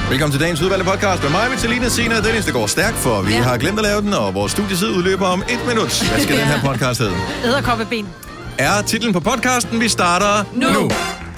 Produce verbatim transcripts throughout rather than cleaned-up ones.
Velkommen til dagens udvalgte podcast med mig, Vitalina, Sina og Dennis. Det går stærkt, for vi ja. har glemt at lave den, og vores studietid udløber om et minut. Hvad skal ja. den her podcast hedde? Edderkoppeben. Er titlen på podcasten. Vi starter nu. nu.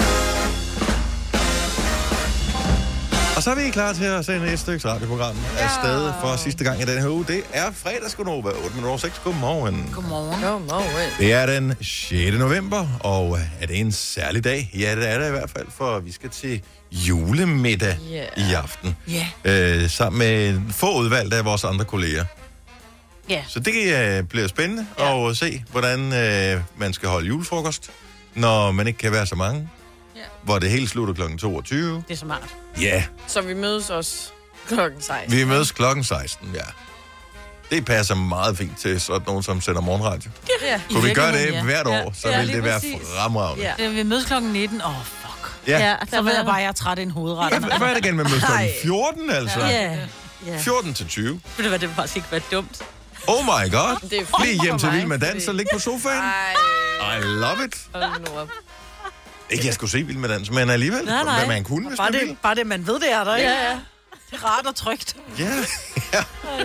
Og så er vi klar til at sende et stykke radioprogram ja. afsted for sidste gang i den her uge. Det er fredagsgonova, otte minutter over seks. Godmorgen. Godmorgen. Godmorgen. Det er den sjette november, og er det en særlig dag? Ja, det er det i hvert fald, for vi skal til julemiddag yeah. i aften. Yeah. Øh, sammen med få udvalgte af vores andre kolleger. Yeah. Så det øh, bliver spændende yeah. at se, hvordan øh, man skal holde julefrokost, når man ikke kan være så mange. Yeah. Hvor det hele slutter klokken toogtyve. Det er smart. Ja. Yeah. Så vi mødes også klokken seksten. Vi mødes klokken seksten, ja. Det passer meget fint til sådan nogen, som sender morgenradio. Ja. Kunne vi gøre det ja. hvert år, så ja, ville det være præcis. fremragende. Ja. Vi mødes klokken nitten. Åh, oh, fuck. Ja. ja så ved jeg bare, at jeg er træt i en hovedret. Ja, hvad er det igen med mødes klokken fjorten, altså? Ja. ja. fjorten til tyve. Ved du hvad, det vil faktisk ikke være dumt. Oh my god. Det er lige hjem til Vild med Dans og ligge på sofaen. Ej. I love it. Hold nu op. Ikke, jeg skulle se Vild med Dans, men alligevel. Nej, nej. Hvad man kunne, hvis bare man det, ville. bare det, man ved, det er der, ikke? Ja, ja. Det er rart og trygt. Ja, ja.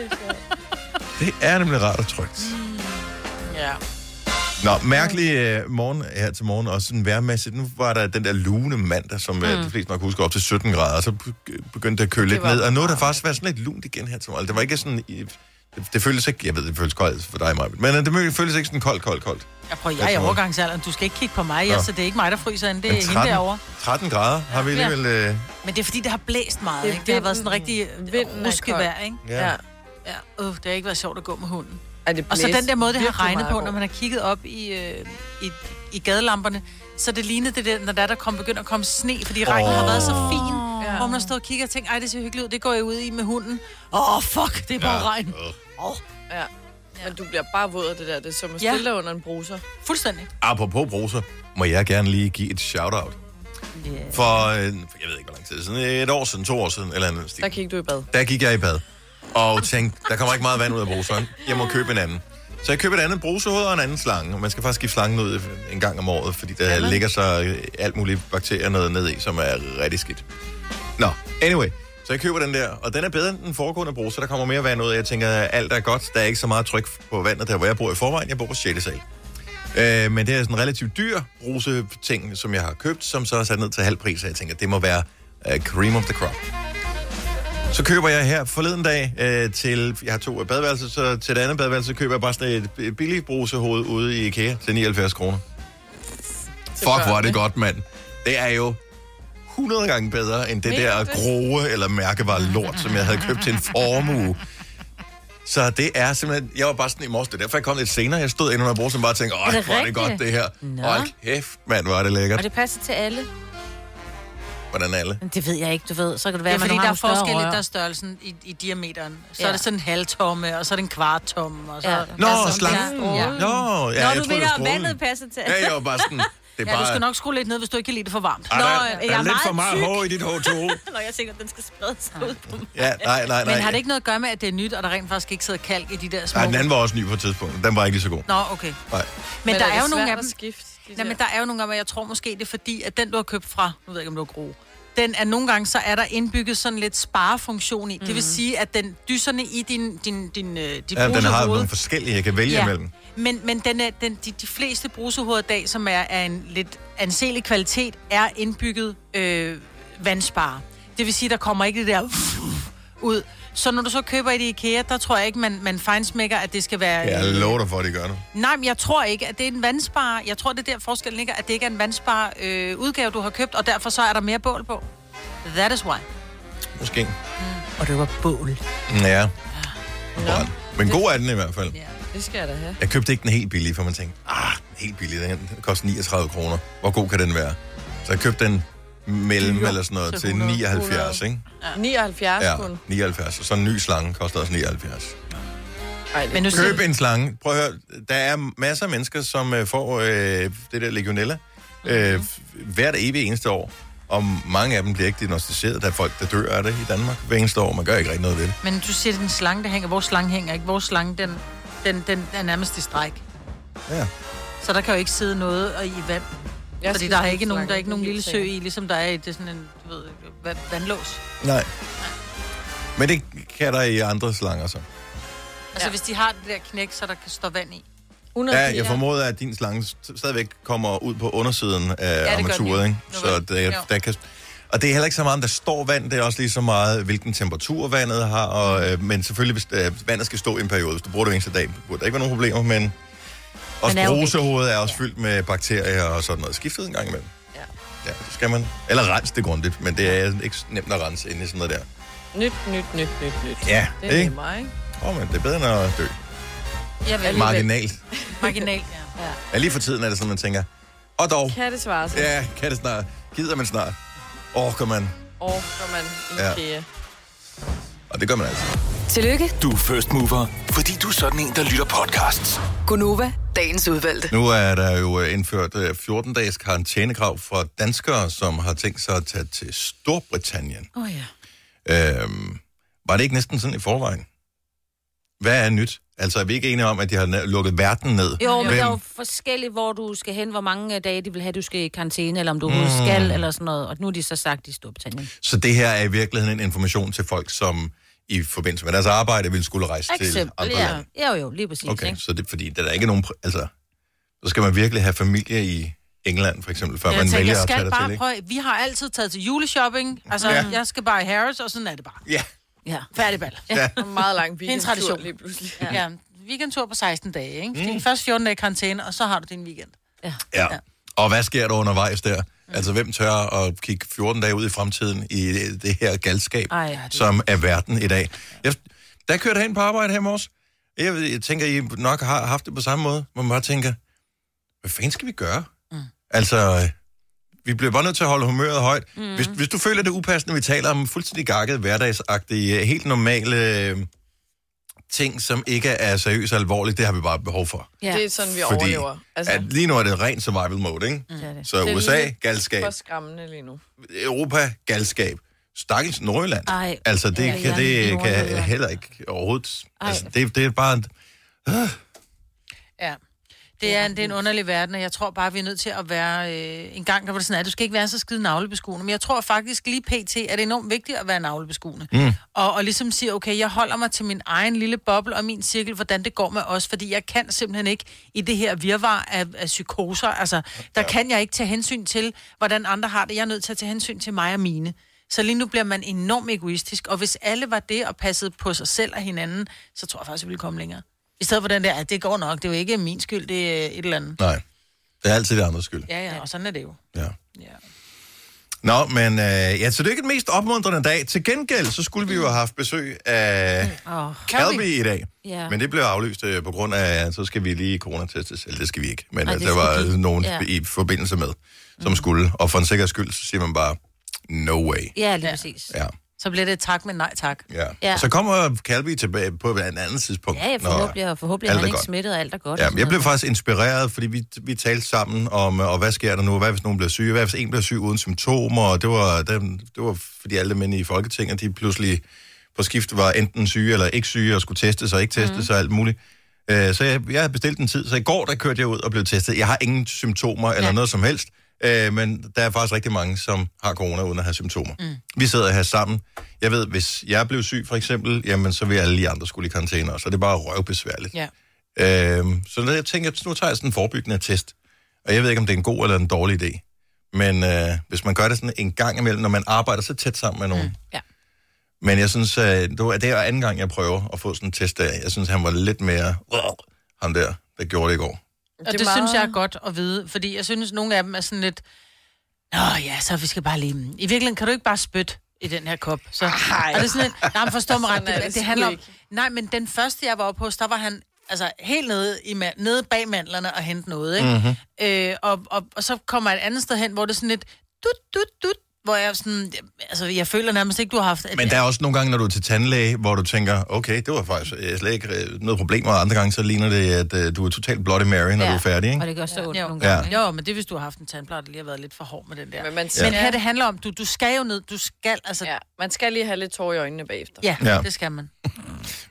Det er nemlig rart og trygt. Ja. Nå, mærkelig uh, morgen her til morgen, og sådan vejrmæssigt. Nu var der den der lune mandag, som mm. uh, de fleste nok husker op til sytten grader, og så begyndte det at køle lidt ned. Og nu har der faktisk været sådan lidt lunt igen her til morgen. Det var ikke sådan... Det, det føles ikke... Jeg ved, det føles koldt for dig, Maja. Men det føles ikke sådan koldt, koldt, koldt. Jeg prøver, jeg er i overgangsalderen. Du skal ikke kigge på mig, ja. Så det er ikke mig, der fryser ind. Det er tretten, hende derovre. tretten grader har vi alligevel... Ja. Uh... Men det er fordi, det har blæst meget, det, ikke? Det har været sådan rigtig ruskevejr, ikke? Ja. Ja, uh, det har ikke været sjovt at gå med hunden. Ej, det og så den der måde, det har regnet på, går. når man har kigget op i, øh, i, i gadelamperne, så det lignede det der, når der, der kom, begynder at komme sne, fordi regnen oh. har været så fin, ja. hvor man står og kigger og tænker, ej, det ser hyggeligt ud, det går jeg ud i med hunden. Åh, oh, fuck, det er bare ja. regn. Åh. Oh. Ja. Men du bliver bare våd af det der, det er som at stille ja. under en bruser. Fuldstændig. Apropos bruser, må jeg gerne lige give et shout-out. Yeah. For, øh, jeg ved ikke, hvor lang tid siden, et år siden, to år siden, eller andet stil. Der gik du i bad. Der gik jeg i bad. Og tænkte, der kommer ikke meget vand ud af bruseren. Jeg må købe en anden. Så jeg køber et andet brusehoved og en anden slange. Og man skal faktisk give slangen ud en gang om året, fordi der Jamen. ligger så alt muligt bakterier noget ned i, som er rigtig skidt. Nå, anyway. Så jeg køber den der, og den er bedre end den foregående bruser. Der kommer mere vand ud, og jeg tænker, at alt er godt. Der er ikke så meget tryk på vandet der, hvor jeg bor i forvejen. Jeg bor på sjette sal. Øh, men det er sådan en relativt dyr bruseting, som jeg har købt, som så er sat ned til halv pris. Og jeg tænker, det må være uh, cream of the crop. Så køber jeg her forleden dag øh, til, jeg har to badeværelser, så til det andet badeværelse køber jeg bare sådan et billigt brusehoved ude i IKEA til nioghalvfjerds kroner. Fuck, hvor er det godt, mand. Det er jo hundrede gange bedre end det Men, der grove eller mærkevare lort, som jeg havde købt til en formue. Så det er simpelthen, jeg var bare sådan i morges, det er derfor jeg kom lidt senere. Jeg stod inde under brusen og bare tænkte, åh, hvor er det godt det her. Hold kæft, mand, hvor er det lækkert. Og det passer til alle. Hvordan alle? Det ved jeg ikke, du ved. Så kan det være, det er, fordi der er forskel i der der størrelsen i, i diameteren. Så ja. er det sådan en halvtomme, og så er det en kvarttomme. Og så ja. Nå, altså, slangen. Ja. Ja. Nå, ja, Nå, jeg du tror, ved, at vandet passer til. Ja, jeg var bare sådan... Det er ja, bare... du skal nok skrue lidt ned, hvis du ikke kan lide det for varmt. Ej, Nå, der, jeg der er, er lidt for meget meget tyk. hår i dit H to O. Nå, jeg tænker, at den skal sprede sig ud på mig. Ja, nej, nej, nej. Men har det ikke noget at gøre med, at det er nyt, og der rent faktisk ikke sidder kalk i de der små... Nej, den anden var også ny på et tidspunkt. Den var ikke lige så god. Nå, okay. Nej. Men, men der er, er jo nogle af dem... dem... Nej, men der er jo nogle af dem, jeg tror måske, det er fordi, at den, du har købt fra... Nu ved jeg ikke, om du har gro. Den er nogle gange, så er der indbygget sådan lidt sparefunktion i. Mm. Det vil sige, at den dyserne i din, din, din, din ja, den har nogle forskellige, jeg kan vælge ja. imellem. Men, men den er, den, de, de fleste brusehoveder i dag, som er af en lidt anselig kvalitet, er indbygget øh, vandspare. Det vil sige, der kommer ikke det der ud. Så når du så køber i det IKEA, der tror jeg ikke, man, man fejnsmækker, at det skal være... Ja, jeg lover dig for, at det gør det. Nej, men jeg tror ikke, at det er en vandspare. Jeg tror, det er der forskellen ligger, at det ikke er en vandspare øh, udgave, du har købt, og derfor så er der mere bål på. That is why. Måske. Mm. Og det var bål. Ja. ja. No. Men god er den i hvert fald. Ja, det skal jeg da have. Jeg købte ikke den helt billige, for man tænkte, ah, helt billig, den koster niogtredive kroner. Hvor god kan den være? Så jeg købte den mellem eller sådan noget til nioghalvfjerds, ikke? Ja. nioghalvfjerds ja, kun? nioghalvfjerds. Og så en ny slange koster også nioghalvfjerds. Ej, Men nu køb en slange. Prøv at høre, der er masser af mennesker, som uh, får uh, det der legionella uh, hvert evig eneste år. Og mange af dem bliver ikke diagnosticeret. Der er folk, der dør af det i Danmark hver eneste år. Man gør ikke rigtig noget ved det. Men du siger, at den slange, der hænger. Vores slange hænger ikke. Vores slange, den, den, den er nærmest i stræk. Ja. Så der kan jo ikke sidde noget i vand. Jeg Fordi skal der er spise ikke nogen, slange, der er ikke det nogen helt lille sø sikkert. i, ligesom der er i det sådan en, du ved, va- vandlås. Nej. Men det kan der i andre slanger så. Altså, Ja. hvis de har det der knæk, så der kan stå vand i. hundrede Ja, jeg formoder, at din slange st- stadigvæk kommer ud på undersiden af gør den armaturet, jo. ikke? Nu Så vel. der, Jo. der kan... Og det er heller ikke så meget, om der står vand, det er også lige så meget, hvilken temperatur vandet har, og, øh, men selvfølgelig, hvis øh, vandet skal stå i en periode, hvis du bruger det hver eneste dag, burde der ikke være nogen problemer, men også Men er jo brusehovedet er også fyldt med bakterier og sådan noget. Skiftet en gang imellem. Ja. Ja, det skal man. Eller rense det grundigt, men det er ikke nemt at rense ind i sådan noget der. Nyt, nyt, nyt, nyt, nyt. Ja, Det er ikke? nemmere, ikke? Åh, oh, men det er bedre end at dø. Jeg vil Marginalt. marginalt, ja. Ja. Ja, lige for tiden er det sådan, man tænker, og dog, Kan det svare sig? ja, kan det snart, gider man snart, orker man, Orker man Ja. IKEA? og det gør man altså. Tillykke, Du er first mover, fordi du er sådan en, der lytter podcasts. Gunova, dagens udvalgte. Nu er der jo øh, indført øh, fjorten-dages karantænekrav for danskere, som har tænkt sig at tage til Storbritannien. Åh oh, ja. Øhm, var det ikke næsten sådan i forvejen? Hvad er nyt? Altså er vi ikke enige om, at de har na- lukket verden ned? Jo, men Hvem? der er jo forskelligt, hvor du skal hen, hvor mange dage de vil have, du skal i karantæne, eller om du mm. skal, eller sådan noget. Og nu er de så sagt i Storbritannien. Så det her er i virkeligheden en information til folk, som i forbindelse med deres arbejde ville skulle rejse til Eksempel, andre ja. lande. Jo, jo, lige præcis. Okay, Ikke? så det er fordi, der er ikke nogen... Pr- altså, så skal man virkelig have familie i England, for eksempel, før Jeg man tænker, vælger jeg at tage skal det bare til, ikke? prøve. Vi har altid taget til juleshopping. Altså, Ja. ja. jeg skal bare i Harrods, og sådan er det bare. Ja, Ja. Færdig bal. ja. En meget lang Det er en tradition. weekendtur lige pludselig. Ja. ja. Weekendtur på seksten dage, ikke? Mm. Din første fjorten dage i karantæne, og så har du din weekend. Ja. Ja. Og hvad sker der undervejs der? Altså, hvem tør at kigge fjorten dage ud i fremtiden i det, det her galskab, Ej, som er verden i dag? Jeg, der kørte hen på arbejde her i morges. Jeg, jeg tænker, I nok har haft det på samme måde, hvor man bare tænker, hvad fanden skal vi gøre? Mm. Altså, vi bliver bare nødt til at holde humøret højt. Mm. Hvis, hvis du føler det upassende, vi taler om fuldstændig gakket, hverdagsagtige, helt normale øh, ting, som ikke er seriøst og alvorligt, det har vi bare behov for. Ja. Det er sådan, vi Fordi overlever. Altså, at lige nu er det rent survival mode, ikke? Det er det. Så Det er U S A, lidt galskab. for skræmmende lige nu. Europa, galskab. Stakkels Nordjylland. Ej, Altså, det, ja, kan, ja, det kan Nordjylland. heller ikke overhovedet... Ej. Altså, det, det er bare... Ja. Det er, en, det er en underlig verden, og jeg tror bare, vi er nødt til at være... Øh, en gang, der var det sådan, at du skal ikke være så skide navlebeskuende. Men jeg tror faktisk lige pt. Er det enormt vigtigt at være navlebeskuende. Mm. Og, og ligesom sige, okay, jeg holder mig til min egen lille boble og min cirkel, hvordan det går med os. Fordi jeg kan simpelthen ikke i det her virvar af, af psykoser. Altså, der ja. kan jeg ikke tage hensyn til, hvordan andre har det. Jeg er nødt til at tage hensyn til mig og mine. Så lige nu bliver man enormt egoistisk. Og hvis alle var det og passede på sig selv og hinanden, så tror jeg faktisk, vi ville komme længere. I stedet for den der, at det går nok, det er jo ikke min skyld, det er et eller andet. Nej, det er altid det andres skyld. Ja, ja, og sådan er det jo. Ja. Ja. Nå, men øh, ja, så det er ikke den mest opmuntrende dag. Til gengæld, så skulle vi jo have haft besøg af Åh, Calby i dag. ja. Men det blev aflyst øh, på grund af, så skal vi lige coronatestes. Eller det skal vi ikke, men Ej, Ej, det der var skal de. nogen Ja. i forbindelse med, som mm. skulle. Og for en sikker skyld, så siger man bare, no way. Ja, lige Ja. præcis. Ja. Så bliver det et tak, men nej tak. Ja. Ja. Og så kommer Calby tilbage på et andet tidspunkt. Ja, jeg forhåbentlig, og forhåbentlig er alt han er ikke godt. smittet, og alt er godt. Ja, og men sådan jeg blev noget. faktisk inspireret, fordi vi, vi talte sammen om, og hvad sker der nu? Hvad hvis nogen bliver syge? Hvad hvis en bliver syg uden symptomer? Og det var, det, det var fordi alle mænd i Folketinget, de pludselig på skift var enten syge eller ikke syge, og skulle testes og ikke testes mm. og alt muligt. Uh, så jeg, jeg havde bestilt en tid, så i går der kørte jeg ud og blev testet. Jeg har ingen symptomer eller Ja. noget som helst, uh, men der er faktisk rigtig mange, som har corona uden at have symptomer. Mm. Vi sidder her sammen. Jeg ved, hvis jeg blev syg for eksempel, jamen så vil alle de andre skulle i karantæne også, og det er bare røvbesværligt. Ja. Øhm, så når jeg tænker, at nu tager jeg sådan en forebyggende test. Og jeg ved ikke, om det er en god eller en dårlig idé. Men øh, hvis man gør det sådan en gang imellem, når man arbejder så tæt sammen med nogen. Mm. Ja. Men jeg synes, at det er anden gang, jeg prøver at få sådan en test af. Jeg synes, han var lidt mere... Ham der, der gjorde det i går. Og det, det meget... synes jeg er godt at vide, fordi jeg synes, at nogle af dem er sådan lidt... Nå ja, så vi skal bare lige... I virkeligheden kan du ikke bare spytte i den her kop. Så... Ej. Og det er sådan lidt... Nej, men forstå mig ret. Sådan er Det, det det sgu handler om... ikke. Nej, men den første, jeg var oppe hos, der var han altså helt nede, i ma- nede bag mandlerne og hente noget, ikke? Mm-hmm. Øh, og, og, og så kommer jeg et andet sted hen, hvor det er sådan lidt... Dut, dut, dut, hvor jeg sådan... Altså, jeg føler nærmest ikke, du har haft... Men der er også nogle gange, når du er til tandlæge, hvor du tænker, okay, det var faktisk øh, slet ikke øh, noget problem, og andre gange så ligner det, at øh, du er totalt Bloody Mary, når Ja. du er færdig, ikke? Og det gør så ondt Jo. nogle Ja. gange. Jo, men det er, hvis du har haft en tandpleje, der lige har været lidt for hård med den der. Men man Men skal, her, det handler om, du, du skal jo ned, du skal, altså... Ja, ja, man skal lige have lidt tår i øjnene bagefter. ja, Ja. ja. det skal man.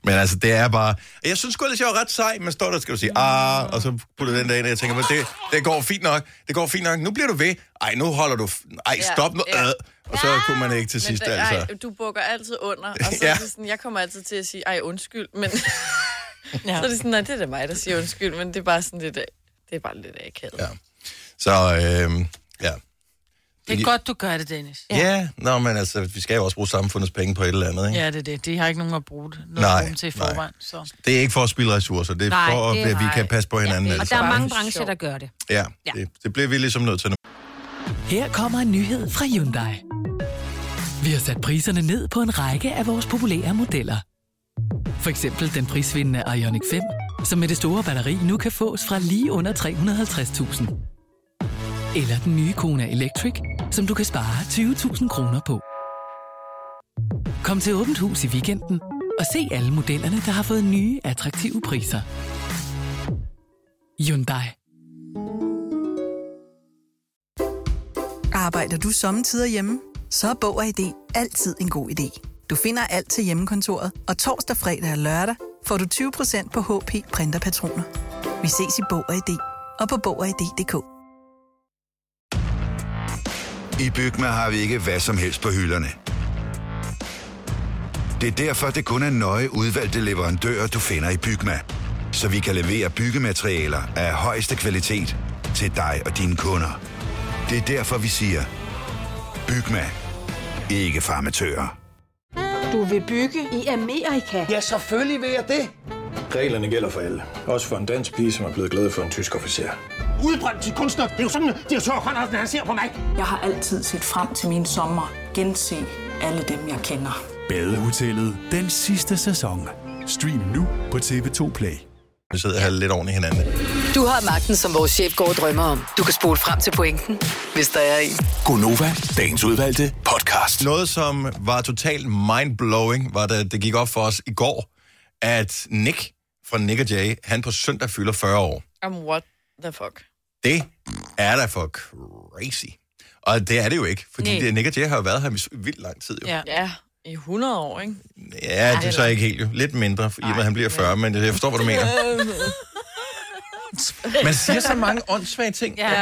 Men altså, det er bare... Jeg synes sgu, at jeg var ret sej. Man står der, skal du sige, ah, og så putter den der ind, og jeg tænker, men det, det går fint nok. Det går fint nok. Nu bliver du ved. Ej, nu holder du... Ej, stop nu. Ja, ja. Og så kunne man ikke til sidst, det, altså. Ej, du bukker altid under, og så ja. er det sådan, jeg kommer altid til at sige, ej, undskyld, men... ja. Så er det sådan, nej, det er da mig, der siger undskyld, men det er bare sådan lidt... Det er bare lidt akavet. Ja. Så, øh, ja. Det er godt, du gør det, Dennis. Ja, ja nå, men altså, vi skal jo også bruge samfundets penge på et eller andet, ikke? Ja, det er det. De har ikke nogen at bruge det. Noget nej, at bruge til i forvejen. Så. Det er ikke for at spilde ressourcer, det er nej, for, det er, at vi kan passe på hinanden. Ja, og der er mange brancher, der gør det. Ja, ja. Det, det bliver vi ligesom nødt til nu. Her kommer en nyhed fra Hyundai. Vi har sat priserne ned på en række af vores populære modeller. For eksempel den prisvindende Ioniq fem, som med det store batteri nu kan fås fra lige under tre hundrede og halvtreds tusind. Eller den nye Kona Electric, som du kan spare tyve tusind kroner på. Kom til Åbent Hus i weekenden og se alle modellerne, der har fået nye, attraktive priser. Hyundai. Arbejder du sommetider hjemme? Så er Bog og I D altid en god idé. Du finder alt til hjemmekontoret, og torsdag, fredag og lørdag får du tyve procent på H P printerpatroner. Vi ses i Bog og I D og på bog og i d punktum d k. I Bygma har vi ikke hvad som helst på hylderne. Det er derfor, det kun er nøje udvalgte leverandører, du finder i Bygma. Så vi kan levere byggematerialer af højeste kvalitet til dig og dine kunder. Det er derfor, vi siger, Bygma. Ikke farmatører. Du vil bygge i Amerika? Ja, selvfølgelig vil jeg det. Reglerne gælder for alle. Også for en dansk pige, som er blevet glad for en tysk officer. Udbrændt til kunstner. Det er jo sådan, at de har tørt, han ser på mig. Jeg har altid set frem til min sommer. Gense alle dem, jeg kender. Badehotellet. Den sidste sæson. Stream nu på T V to Play. Vi sidder her lidt oven i hinanden. Du har magten, som vores chef går og drømmer om. Du kan spole frem til pointen, hvis der er en. Gonova, dagens udvalgte podcast. Noget, som var totalt mindblowing, var da det gik op for os i går, at Nick fra Nick og Jay, han på søndag fylder fyrre år. Um, what the fuck? Det er da for crazy. Og det er det jo ikke, fordi det, Nick og Jay har jo været her i vildt lang tid. Jo. Ja. ja, i hundrede år, ikke? Ja, det er så ikke helt jo. Lidt mindre, i og med, at han bliver fyrre, men jeg forstår, hvad du mener. Man siger så mange åndssvage ting. Ja.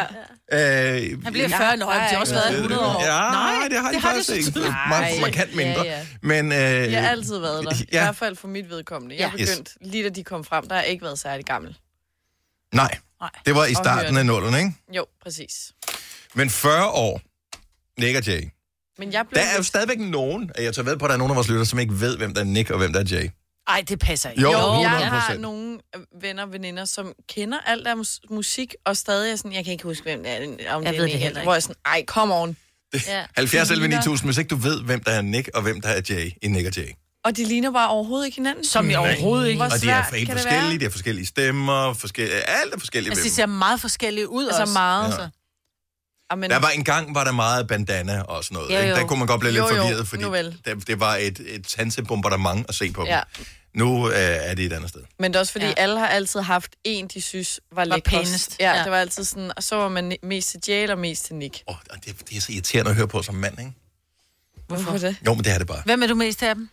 Øh, han bliver fyrre, nå, det har også været hundrede år. Ja, nej, det har de faktisk ikke. Man, man kan mindre. Ja, ja. Men, øh, jeg har altid været der. I ja. hvert fald for mit vedkommende. Jeg begyndte, yes. lige da de kom frem, der har jeg ikke været særlig gammel. Nej, det var i starten af nullerne, ikke? Jo, præcis. Men fyrre år, Nick og Jay. Men jeg blev der er jo stadigvæk nogen, jeg tager ved på, at der er nogen af vores lytter, som ikke ved, hvem der er Nick og hvem der er Jay. Ej, det passer ikke. Jo, jo jeg har nogle venner og veninder, som kender alt af mus- musik, og stadig er sådan, jeg kan ikke huske, hvem det er, om jeg det ved er det heller ikke. Hvor jeg sådan, ej, come on. Ja. halvfjerds elleve ni tusind, hvis ikke du ved, hvem der er Nick og hvem der er Jay i Nick og Jay. Og de ligner bare overhovedet ikke hinanden. Som i overhovedet ikke. Og de er helt forskellige, de har forskellige stemmer, forskellige, alt er forskellige. Altså, de ser meget forskellige ud altså, også. meget. Ja. Amen. Der var en gang, var der meget bandana og sådan noget. Jo, jo. Der kunne man godt blive jo, lidt jo. forvirret, fordi det, det var et, et sansebombardement at se på ja. dem. Nu øh, er det et andet sted. Men det er også fordi, ja. alle har altid haft en, de synes var, var pænest. Ja, ja, det var altid sådan, og så var man mest til Jay eller mest til Nick. Oh, det, det er så irriterende at høre på som mand, ikke? Hvorfor det? Jo, men det er det bare. Hvem er du mest af dem?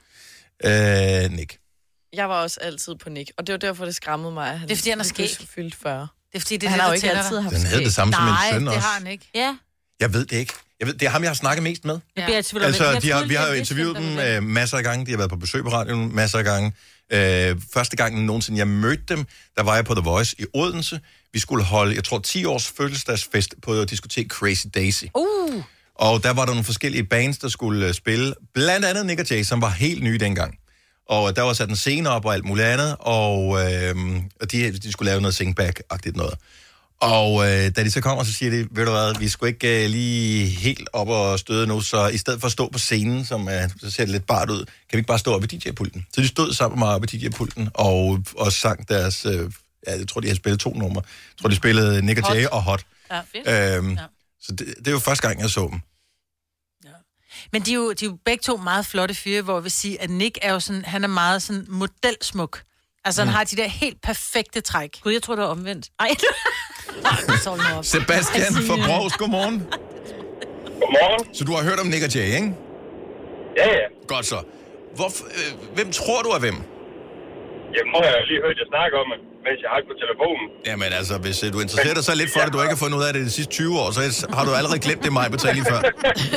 Øh, Nick. Jeg var også altid på Nick, og det var derfor, det skræmmede mig. Han, det er fordi, han har skæg. Fyldt fyrre. Det er fordi, det er han det, har jo ikke altid dig. haft Den havde det samme som min søn også. Nej, det har han ikke. Ja. Jeg ved det ikke. Jeg ved, det er ham, jeg har snakket mest med. Ja. Altså, de har, vi har jo interviewet dem øh, masser af gange. De har været på besøg på radioen masser af gange. Øh, første gang nogensinde, jeg mødte dem, der var jeg på The Voice i Odense. Vi skulle holde, jeg tror, ti års fødselsdagsfest på diskotek Crazy Daisy. Uh. Og der var der nogle forskellige bands, der skulle spille. Blandt andet Nick og Jay, som var helt nye dengang. Og der var sat en scene op og alt muligt andet. Og, øh, og de, de skulle lave noget singback-agtigt noget. Og øh, da de så kommer, så siger de, ved du hvad, vi skulle ikke øh, lige helt op og støde nu, så i stedet for at stå på scenen, som øh, så ser det lidt bart ud, kan vi ikke bare stå oppe i D J-pulten. Så de stod sammen med mig oppe i D J-pulten og, og sang deres, øh, ja, jeg tror, de har spillet to numre. Jeg tror, de spillede Nick og Jay og Hot. Ja, fedt. Øhm, ja. Så det, det er jo første gang, jeg så dem. Ja. Men de er, jo, de er jo begge to meget flotte fyre, hvor jeg vil sige, at Nick er jo sådan, han er meget sådan modelsmuk. Altså, han mm. har de der helt perfekte træk. Gud, jeg tror, det var omvendt. Ej. Sebastian fra Brovs, godmorgen. Godmorgen. Så du har hørt om Nick og Jay, ikke? Ja, ja. Godt så. Hvorfor, øh, hvem tror du er hvem? Jamen, nu har jeg lige hørt jer snakke om det, mens jeg har på telefonen. Jamen altså, hvis uh, du interesserer dig så lidt for det, du ikke har fundet ud af det de sidste tyve år, så har du allerede glemt det, mig betalte lige før.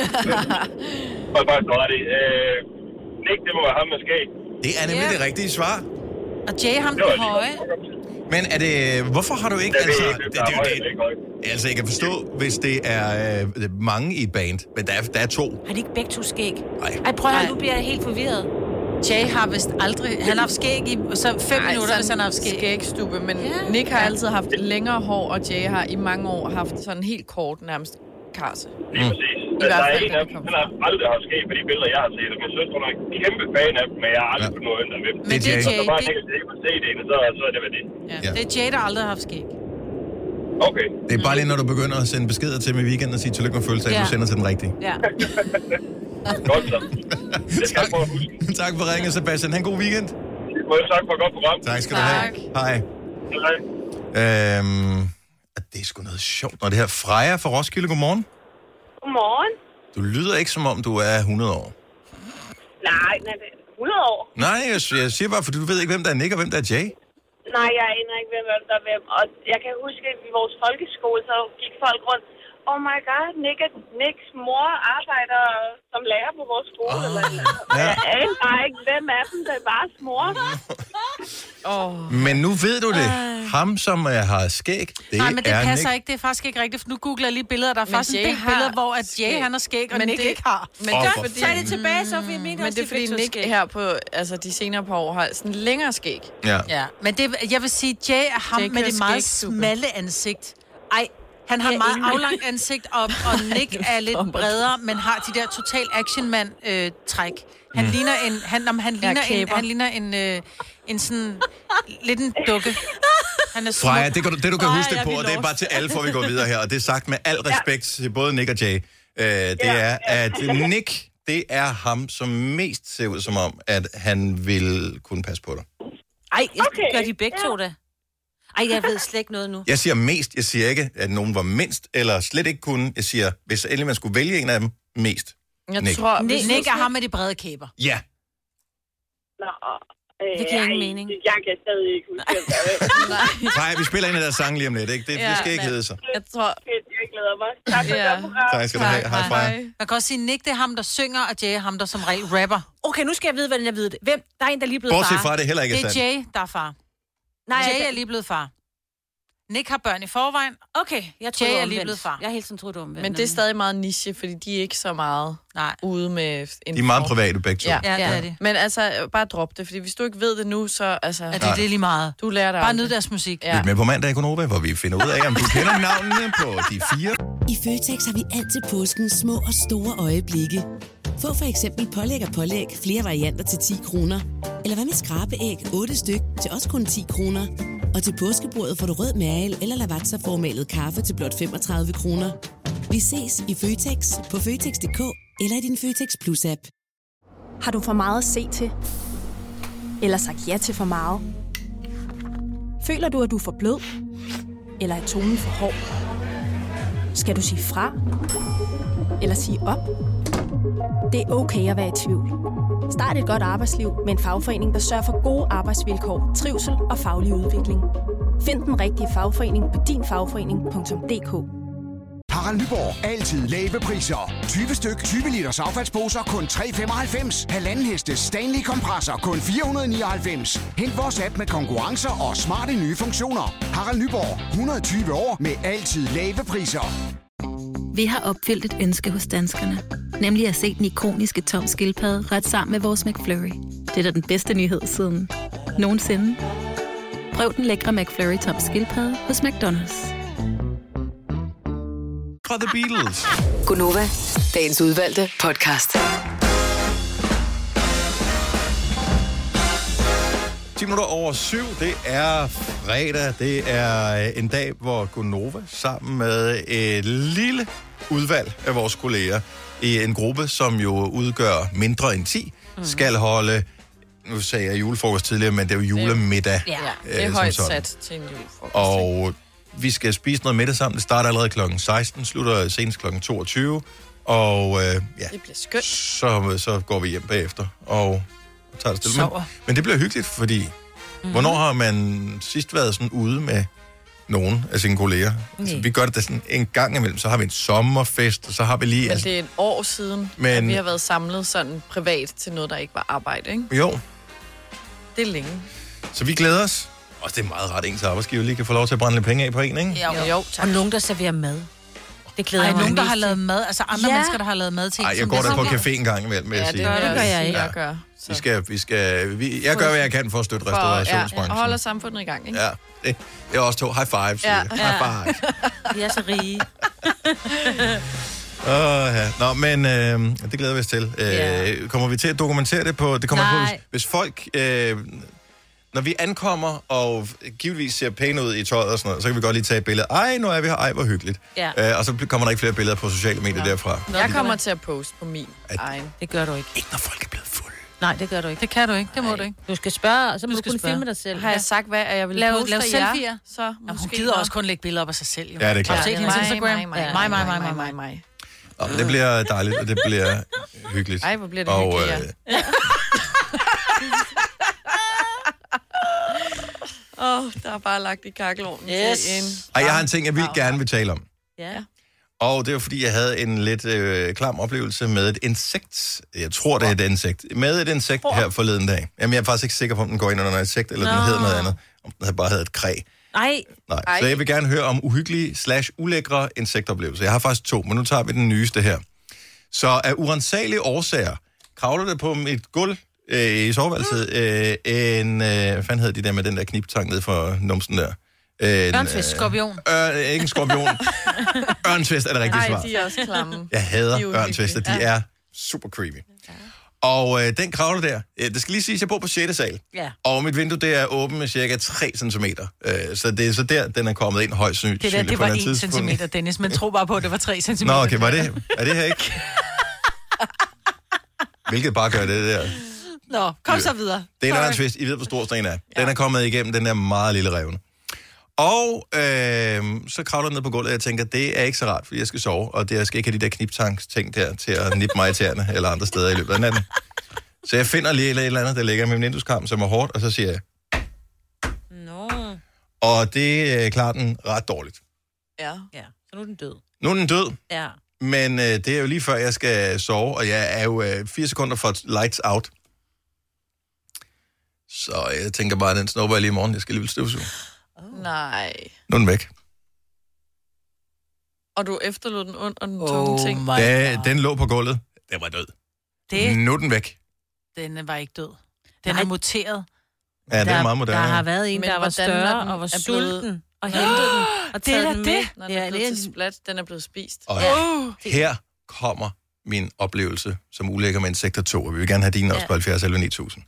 Og bare stå ret i. Øh, Nick, det må være ham med skæg. Det er nemlig yeah. det rigtige svar. Og Jay, ham den høje. Men er det... Hvorfor har du ikke... Jeg altså, ved, det, det, det, det, det, det, altså, jeg kan forstå, hvis det er øh, mange i et band, men der er, der er to. Har de ikke begge to skæg? Nej. Ej, prøv at nu bliver jeg helt forvirret. Jay har vist aldrig... Han har haft skæg i så fem Ej, minutter, hvis han har haft skæg. Skægstube, men yeah. Nick har altid haft længere hår, og Jay har i mange år haft sådan helt kort nærmest karse. Lige præcis. Der er en af dem, han har aldrig haft skæg på de billeder, jeg har set. Min søster er en kæmpe fan af dem, men jeg har aldrig ja. Fået noget under dem. Men det er Jay. Så bare Nick ikke på C D'ene, så, så er det hvad det. Ja. Ja. Det er Jay, der aldrig har haft skæg. Okay. Det er bare lige, når du begynder at sende beskeder til mig i weekenden og sige tillykke med fødselsdag, ja. Du sender til den rigtige. Ja. Godt så. Det skal jeg prøve at huske. Tak for ringen, Sebastian. Ha' en god weekend. Tak for et godt program. Tak skal du have. Hej. Hej. Øhm, det er sgu noget sjovt, når det her Freja fra Roskilde. Godmorgen. Godmorgen. Du lyder ikke som om, du er hundrede år. Nej, nej, det er hundrede år. Nej, jeg, jeg siger bare, fordi du ved ikke, hvem der er Nick og hvem der er Jay. Nej, jeg aner ikke, hvem der er hvem. Og jeg kan huske, at i vores folkeskole, så gik folk rundt. Oh my god, Nick, Nicks mor arbejder som lærer på vores skole. Oh, eller eller. Ja. Jeg aner bare ikke, hvem af dem, der er bare mor. Oh. Men nu ved du det. Ham, som uh, har skæg, det Nej, men det er passer Nick. ikke. Det er faktisk ikke rigtigt, for nu googler jeg lige billeder. Der er Men faktisk Jay en del har billeder, hvor at Jay han har skæg, og men Nick det- ikke har. Men Åh, det er for fordi... Tag det tilbage, så vi mener Men også, det er fordi Nick her på altså, de senere par år har sådan længere skæg. Ja. Ja, men det, jeg vil sige, Jay er ham Jay med det kører meget skægstube. smalle ansigt. Ej, han har Ja, et meget ingen- aflangt ansigt, og, og Nick er lidt bredere, men har de der total actionmand-træk. Han Mm. ligner en, han, om, han ligner en, kæber. han ligner en, øh, en sådan, lidt en dukke. Han er smuk. Freja, det, kan du, det du kan Freja, huske det jeg på, vil og det er love. bare til alle, for vi går videre her, og det er sagt med al respekt til både Nick og Jay. Øh, det er, at Nick, det er ham, som mest ser ud som om, at han vil kunne passe på dig. Ej, jeg Okay, gør de begge ja. to da. Ej, jeg ved slet ikke noget nu. Jeg siger mest, jeg siger ikke, at nogen var mindst, eller slet ikke kunne. Jeg siger, hvis endelig man skulle vælge en af dem, mest. Jeg Nick. tror, Nick, hvis Nick du- er ham med de brede kæber. Ja. Nå, øh, Det giver ingen ej, mening. Jeg kan stadig ikke huske, hvem der er. Nej, vi spiller en af deres sange lige om lidt, ikke? Det, Ja, det skal ikke men- hedde sig. Jeg tror... Fedt, jeg glæder mig. Tak for Ja. det program. Tak skal du have. Hej, Freja. Man kan også sige, Nick, det er ham, der synger, og Jay er ham, der som regel rapper. Okay, nu skal jeg vide, hvordan jeg ved det. Hvem? Der er en, der er lige blevet Bortset far. fra, at det heller ikke er Det er sandt. Jay, der er far. Nej, Jay jeg- er lige blevet far. Nick har børn i forvejen. Okay, jeg tror, Jay det er var lige omvendt. blevet far. Jeg har hele tiden troet, det var omvendt. Men det er stadig meget niche, fordi de er ikke så meget Nej. ude med... En De er meget form. private, begge to. Ja, Ja, ja, det er de. Men altså, bare drop det, fordi hvis du ikke ved det nu, så... Altså, Er det, det er lige meget. du lærer dig Bare aldrig. nyd deres musik. Ja. Lyt med på mandag i Konoba, hvor vi finder ud af, om du kender navnene på de fire. I Føtex har vi altid påsken små og store øjeblikke. Få for eksempel pålæg og pålæg flere varianter til ti kroner. Eller hvad med skrabeæg otte styk til også kun ti kroner. Og til påskebordet får du rød mal eller lavatserformalet kaffe til blot femogtredive kroner. Vi ses i Føtex på Føtex punktum d k eller i din Føtex Plus-app. Har du for meget at se til? Eller sagt ja til for meget? Føler du, at du er for blød? Eller er tonen for hård? Skal du sige fra? Eller sige op? Det er okay at være i tvivl. Start et godt arbejdsliv med en fagforening, der sørger for gode arbejdsvilkår, trivsel og faglig udvikling. Find den rigtige fagforening på din fagforening punktum d k. Harald Nyborg. Altid lave priser. tyve styk, tyve liters affaldsposer kun tre komma femoghalvfems. Halvanden heste Stanley kompresser kun fire hundrede og nioghalvfems. Hent vores app med konkurrencer og smarte nye funktioner. Harald Nyborg. hundrede og tyve år med altid lave priser. Vi har opfyldt et ønske hos danskerne. Nemlig at se den ikoniske Tom Skildpadde ret sammen med vores McFlurry. Det er da den bedste nyhed siden nogensinde. Prøv den lækre McFlurry Tom Skildpadde hos McDonald's. Fra The Beatles. Gunova, dagens udvalgte podcast. ti minutter over syv, det er fredag. Det er en dag, hvor Gunova sammen med et lille udvalg af vores kolleger i en gruppe, som jo udgør mindre end ti, mm. skal holde, nu sagde jeg julefrokost tidligere, men det er jo julemiddag. Ja, det er øh, højt som sådan. sat til en julefrokost. Og vi skal spise noget middag sammen. Det starter allerede klokken seksten, slutter senest klokken toogtyve. Og øh, ja, det bliver skønt. Så, så går vi hjem bagefter og tager det stille. Men, Sover. men det bliver hyggeligt, fordi Mm-hmm. Hvornår har man sidst været sådan ude med nogen af sine kolleger? Mm. Altså, vi gør det da sådan en gang imellem, så har vi en sommerfest, og så har vi lige... Men altså, det er et år siden, men... at vi har været samlet sådan privat til noget, der ikke var arbejde, ikke? Jo. Det er længe. Så vi glæder os. Og det er meget rart, at ens arbejdsgiver lige kan få lov til at brænde lidt penge af på en, ikke? Jo, jo, jo tak. Og nogen, der serverer mad. Det glæder Ej, mig nogen, der mest har til. lavet mad. Altså andre Ja. mennesker, der har lavet mad til. Ej, jeg går da på café en gang imellem, vil jeg Ja, sige. det gør, det gør jeg ikke. Ja. Jeg gør. Vi skal, vi skal, vi, jeg gør, hvad jeg kan for at støtte For, restaurationsbranchen. ja, og holder samfundet i gang, ikke? Ja, det, det er også to. High five, siger Ja. jeg. High five. Vi er så rige. Åh, ja. Nå, men øh, det glæder vi os til. Øh, Ja. Kommer vi til at dokumentere det på... Det kommer på, Nej. hvis, hvis folk... Øh, når vi ankommer og givetvis ser pæne ud i tøjet og sådan noget, så kan vi godt lige tage et billede. Ej, nu er vi her. Ej, hvor hyggeligt. Ja. Øh, og så kommer der ikke flere billeder på sociale medier ja. derfra. Jeg kommer til at poste på min At, egen. Det gør du ikke. Ikke når folk er blevet fulde. Nej, det gør du ikke. Det kan du ikke. Det må Nej. du ikke. Du skal spørge, og så må Du du, skal kun spørge. filme dig selv. Har jeg sagt, hvad jeg vil Lav, poste lav af jer? selfier. Så Jamen, hun måske gider nok. også kun lægge billeder op af sig selv. Jo. Ja, det er klart. Har du set hendes Mig, Instagram? mig, mig, Ja, mig, mig, mig, mig, mig, mig. mig. Og det bliver dejligt, og det bliver hyggeligt. Ej, hvor bliver det og, hyggeligt, ja. Åh, oh, der er bare lagt i kakkelovnen Yes. til en... Ej, jeg har en ting, jeg vil gerne vil tale om. Ja. Og det var, fordi jeg havde en lidt øh, klam oplevelse med et insekt. Jeg tror, det er et insekt. Med et insekt her forleden dag. Jamen, jeg er faktisk ikke sikker på, om den går ind under noget insekt, eller Nå. den hedder noget andet. Om den havde bare hedder et kræ. Nej. Nej. Ej. Så jeg vil gerne høre om uhyggelige slash ulækre insektoplevelser. Jeg har faktisk to, men nu tager vi den nyeste her. Så af urensagelige årsager kravler det på mit gulv øh, i soveværelset øh, en... Øh, hvad fanden hedder de der med den der kniptang ned for numsen der? En, Ørntvist, skorpion. Øh, ikke en skorpion. Ørntvist er det rigtige Ej, svar. de er også klamme. Jeg hader De er uhyggelige. ørntvister. De Ja. er super creepy. Og øh, den kravler der, øh, det skal lige siges, at jeg bor på sjette sal. Ja. Og mit vindue, det er åbent med cirka tre centimeter. Øh, så det er så der, den er kommet ind højst sandsynligt. Det der, det på var et eller en andet tidspunkt. centimeter, Dennis. Men tro bare på, at det var tre Nå, centimeter. okay, var det, er det her ikke? Hvilket bare gør det der. Nå, kom så videre. Det er en Sorry. ørntvist, I ved, hvor stor den er. Den er kommet igennem den der meget lille revne. Og øh, så kravler den ned på gulvet, og jeg tænker, det er ikke så rart, fordi jeg skal sove, og det, jeg skal ikke have de der kniptanks-ting der til at nippe mig i tæerne eller andre steder i løbet af natten. Så jeg finder lige et eller andet, der ligger med min vindueskarm, som er hårdt, og så siger jeg... Nå. Og det øh, klarer den ret dårligt. Ja. Ja, så nu er den død. Nu er den død, Ja. men øh, det er jo lige før, jeg skal sove, og jeg er jo øh, fire sekunder for lights out. Så jeg tænker bare, at den snupper jeg lige i morgen. Jeg skal alligevel støvsuge. Oh. Nej. Nu er den væk. Og du efterlod den under den Oh tunge ting. my Da, God. den lå på gulvet. Den var død. Det, Nu er den væk. den var ikke død. Den Nej. er muteret. Ja, det er der, meget moderne. Der har været en, Men der var hvordan større er den og var er blevet- sulten og hentet den og Det er taget da den med. det. Når den er blevet til splat, den er blevet spist. Og Uh. her kommer min oplevelse som ulækker med insekter to, og vi vil gerne have din også Ja. på halvfjerds elleve ni tusind.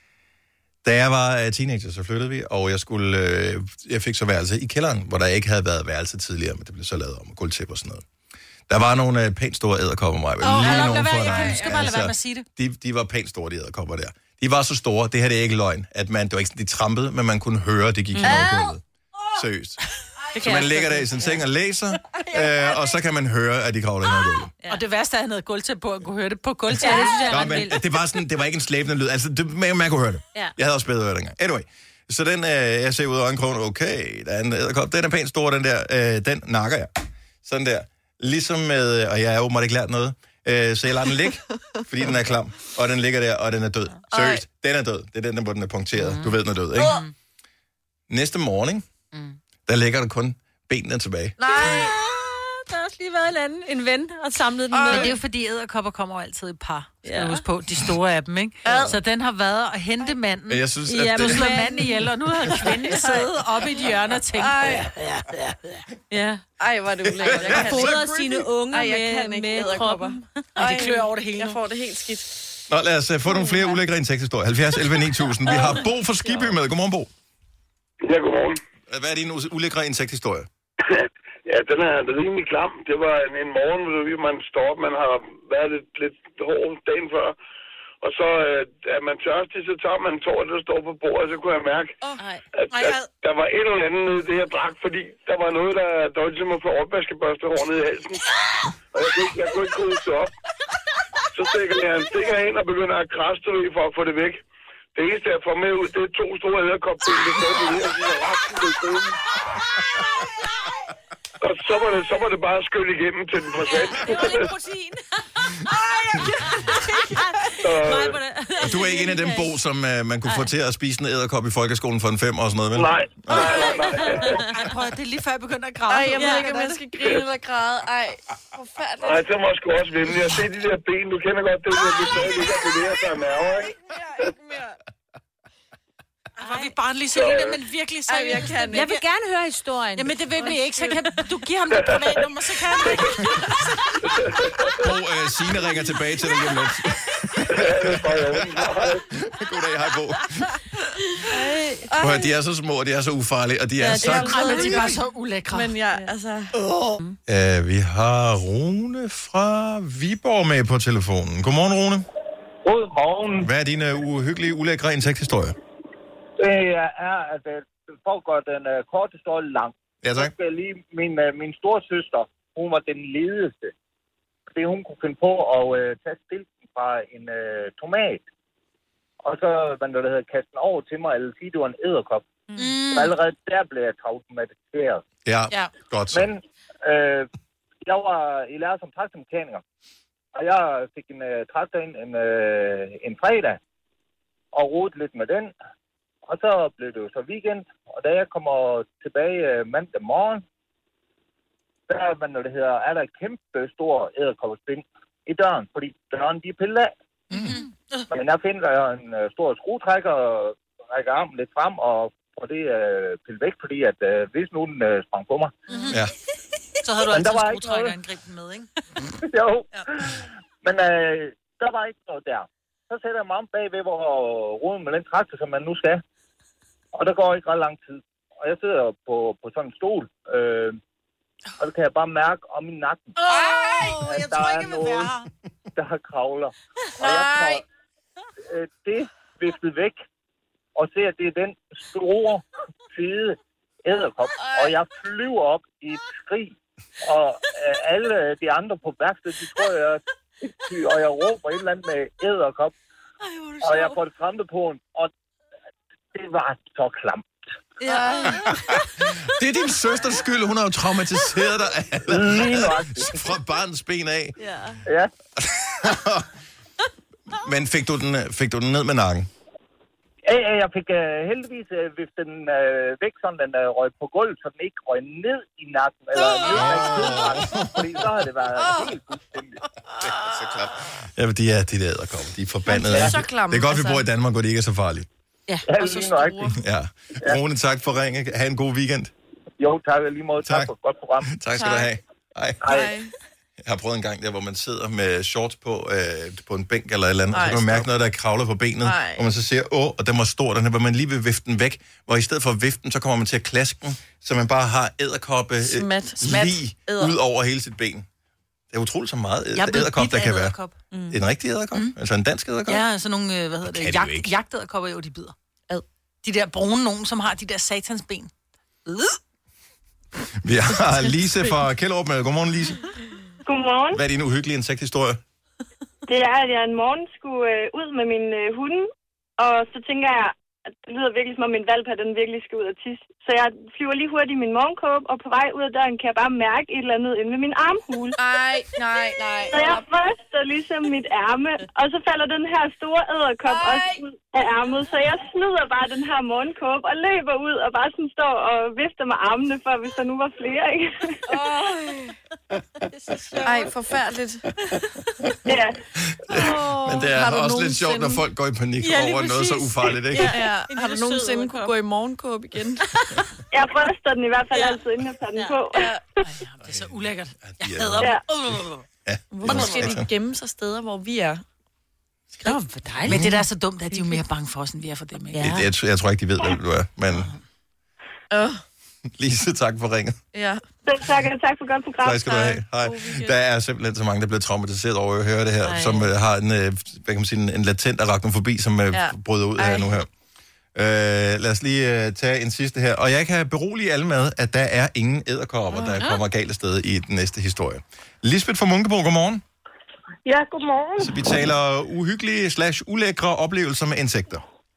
Da jeg var uh, teenager, så flyttede vi, og jeg skulle, øh, jeg fik så værelse i kælderen, hvor der ikke havde været værelse tidligere, men det blev så lavet om, gulvtæppe og sådan noget. Der var nogle uh, pænt store æderkopper, mig. Åh, lad være, lad være, jeg kan- du skal bare lade være med at sige det. De, de var pænt store, de æderkopper der. De var så store, det her det er ikke løgn, at man, det var ikke sådan, de trampede, men man kunne høre, at det gik hen over gulvet. Seriøst. Så man ligger der i sin seng og læser, øh, og så kan man høre, at de kravler hen over gulvet. Ja. Og det værste er, at han havde gulvtæppe på, at kunne høre det på gulvtæppe. Ja, det synes jeg er Nå, ret men vildt. det var, sådan, det var ikke en slæbende lyd. Altså, det, man, man kunne høre det. Ja. Jeg havde også bedre ører dengang. Anyway. Så den, øh, jeg ser ud af øjenkrogen, okay, der er en edderkop. Den er pænt stor, den der. Øh, den nakker jeg. Sådan der. Ligesom med, og jeg har åbenbart ikke lært noget, øh, så jeg lader den ligge, fordi den er klam. Og den ligger der, og den er død. Seriøst, den er død. Det er den, der, hvor den er punkteret. Mm. Du ved, den er død, ikke? Mm. Næste morgen, mm. der ligger der kun benene tilbage. Nej! Der har også lige været en anden, en ven, og samlet den Men med. det er jo fordi, æderkopper kommer altid i par. Skal Ja. du huske på, de store af dem, ikke? Ja. Så den har været at hente manden. Men jeg synes, at Ja, du det- slår manden ihjel, og nu har kvinden siddet oppe i et hjørne og tænkt. Ej. Ja. Ej, hvor er det ulækkert. Jeg kan Fodrer sine unger Ej, jeg med, kan ikke med edderkopper. kroppen. Ej, det klør over det hele Jeg nu. får det helt skidt. Nå, lad os uh, få nogle flere ulækre insekthistorier. halvfjerds elleve ni tusind. Vi har Bo fra Skibby med. Godmorgen, Bo. Ja, godmorgen. Hvad er din u- ulækre insekthistorie? Ja, den er rimelig klam. Det var en, en morgen, hvor man står op, man har været lidt, lidt hård dagen før. Og så øh, er man tørstig, så tager man en tår, der står på bordet, så kunne jeg mærke, at, at der var et eller andet nede i det her drak, fordi der var noget, der, der var ligesom at få opvaskebørste hår ned i halsen. Og jeg kunne ikke, jeg kunne ikke krybe det op. Så stikker jeg en stikker ind og begynder at krasse det for at få det væk. Det eneste, jeg får med ud, det er to store æderkopben, der står på det her, og resten på skolen. Og så var, det, så var det bare skyldt igennem til den forsvandt. Det var lidt protein. Og du er ikke en af dem, Bo, som uh, man kunne få til at spise en æderkop i folkeskolen for en fem og sådan noget, vel? Nej, nej, nej, nej. Ej, prøv, det er lige før jeg begynder at græde. Ej, jeg ved ikke, om jeg skal grine eller græde. Ej, forfærdeligt. Nej, det må jeg sgu også vinde. Jeg ser de der ben, du kender godt det, der det stadig ligger på det her, der er nerver, ikke? Var vi barnlige, Selina, men virkelig seriøst. Jeg kan ikke. Jeg vil gerne høre historien. Jamen, det vil vi ikke. Så kan du give ham det privatnummer, så kan han ikke. Bo, uh, Signe ringer tilbage til dig lige om lidt. Goddag, hej Bo. Prøv, de er så små, og de er så ufarlige, og de er Ja, så... de er, de er bare så ulækre. Men jeg, altså... Uh, vi har Rune fra Viborg med på telefonen. Godmorgen, Rune. Godmorgen. Hvad er din uh, uhyggelige, ulækre insekthistorie? Det er, at uh, for at gøre den uh, korte historie lang. Ja, tak. Så lige, min, uh, min storsøster, hun var den ledeste. Fordi hun kunne finde på at uh, tage stilken fra en uh, tomat. Og så, hvad det hedder, kaste den over til mig, eller sige, det var en edderkop. Mm. Så allerede der blev jeg traumatiseret. Ja, ja. Godt så. Men øh, jeg var i lære som traktormekaniker. Og jeg fik en uh, traktor ind en, uh, en fredag. Og rodede lidt med den. Og så blev det jo så weekend. Og da jeg kommer tilbage uh, mandag morgen, der hvad det hedder, er der et kæmpe stor edderkoppespind i døren. Fordi døren, de er pillet af. Mm-hmm. Men jeg finder en uh, stor skruetrækker og rækker armen lidt frem og får det uh, pillet væk, fordi at uh, hvis nu den uh, sprang på mig. Mm-hmm. Ja. Så havde du men altid der var skruetrækker angriben med, ikke? jo. Ja. Men uh, der var ikke noget der. Så sætter jeg mig om bagved, hvor roden med den traktor, som man nu skal. Og der går ikke ret lang tid. Og jeg sidder på, på sådan en stol. Øh, og så kan jeg bare mærke om i nakken. Ej, jeg der tror er ikke, jeg vil noget, være her. der kravler. Og jeg får øh, det viftet væk. Og ser, at det er den store, fede edderkop. Og jeg flyver op i et skrig. Og øh, alle de andre på værkstedet, de tror, jeg er sindssyg. Og jeg råber et eller andet med edderkop. Og jeg får det fremme på en. Og det var så klamt. Ja. Det er din søsters skyld, hun har jo traumatiseret dig Lige nok. fra barnets ben af. Ja. Ja. Men fik du, den, fik du den ned med nakken? Ja, ja, jeg fik uh, heldigvis uh, viftet den uh, væk, så den uh, røg på gulvet, så den ikke røg ned i nakken, eller oh. ned i nakken, fordi så havde det været oh. helt fuldstændig. Det er så klart. Ja, de er de der edderkopper, de er forbandede. Det er så klamme. Det er godt, vi altså. bor i Danmark, hvor det ikke er så farligt. Ja, ja og så store. Ja. Rune, tak for ringe. Ha' en god weekend. Jo, tak lige måde. Tak, tak for et godt program. Tak skal tak. du have. Hej. Hej. Jeg har prøvet en gang der, hvor man sidder med shorts på, øh, på en bænk eller et eller andet, Ej, og så kan man mærke stop. noget, der kravler på benet, Ej. og man så siger, åh, og den var stor, den her, hvor man lige vil vifte den væk, hvor i stedet for at vifte den, så kommer man til at klaske den, så man bare har edderkoppe Smat. Smat. lige Edder. ud over hele sit ben. Det er utroligt så meget Jeg er blevet edderkop, bidt der af kan en være. edderkop. Mm. En rigtig edderkop? Mm. Altså en dansk edderkop? Ja, sådan nogle, øh, hvad hedder det, kan de jo jagt, ikke. jagtedderkopper, jo, de bider. Ad. De der brune nogen, som har de der satansben. Øh. Vi har Lise fra Kjellerup med. Godmorgen, Lise. Godmorgen. Hvad er din uhyggelige insekthistorie? Det er, at jeg en morgen skulle øh, ud med min øh, hunde, og så tænker jeg, at det lyder virkelig som om min valp her, den virkelig skal ud og tisse. Så jeg flyver lige hurtigt i min morgenkåbe, og på vej ud af døren kan jeg bare mærke et eller andet inde ved min armhule. Nej, nej, nej. Så jeg ryster ligesom mit ærme, og så falder den her store edderkop også ud af ærmet. Så jeg smider bare den her morgenkåbe og løber ud og bare sådan står og vifter med armene, for hvis der nu var flere, ikke? Ej, forfærdeligt. Ja. Oh, Men det er også lidt sjovt, når folk går i panik Ja, over lige noget så præcis. ufarligt, ikke? Ja, ja. Har du nogensinde kunne gå i morgenkåb igen? Jeg ryster den i hvert fald ja. altid, inden jeg tager den på. Ja. Det er så ulækkert. Jeg Ja. hader Ja. dem. Ja. Hvorfor skal de gemme sig steder, hvor vi er? Nå, hvor dejligt. Men det der er så dumt, at de er jo mere bange for os, end vi er for dem, ikke? Jeg, jeg, jeg tror ikke, de ved, hvem du er, men Uh, Lise, tak for ringet. ja. Tak, tak for godt program. Tak skal du have. Hej. Der er simpelthen så mange, der bliver traumatiseret over at høre det her, Ej. som uh, har en, uh, hvad kan man sige, en, en latent arachnofobi, som uh, Ja. bryder ud Ej. her nu her. Uh, lad os lige uh, tage en sidste her. Og jeg kan berolige alle med, at der er ingen edderkopper, der Ja. kommer galt af sted i den næste historie. Lisbeth fra Munkebo, godmorgen. Ja, godmorgen. Så vi taler uhyggelige slash ulækre oplevelser med insekter.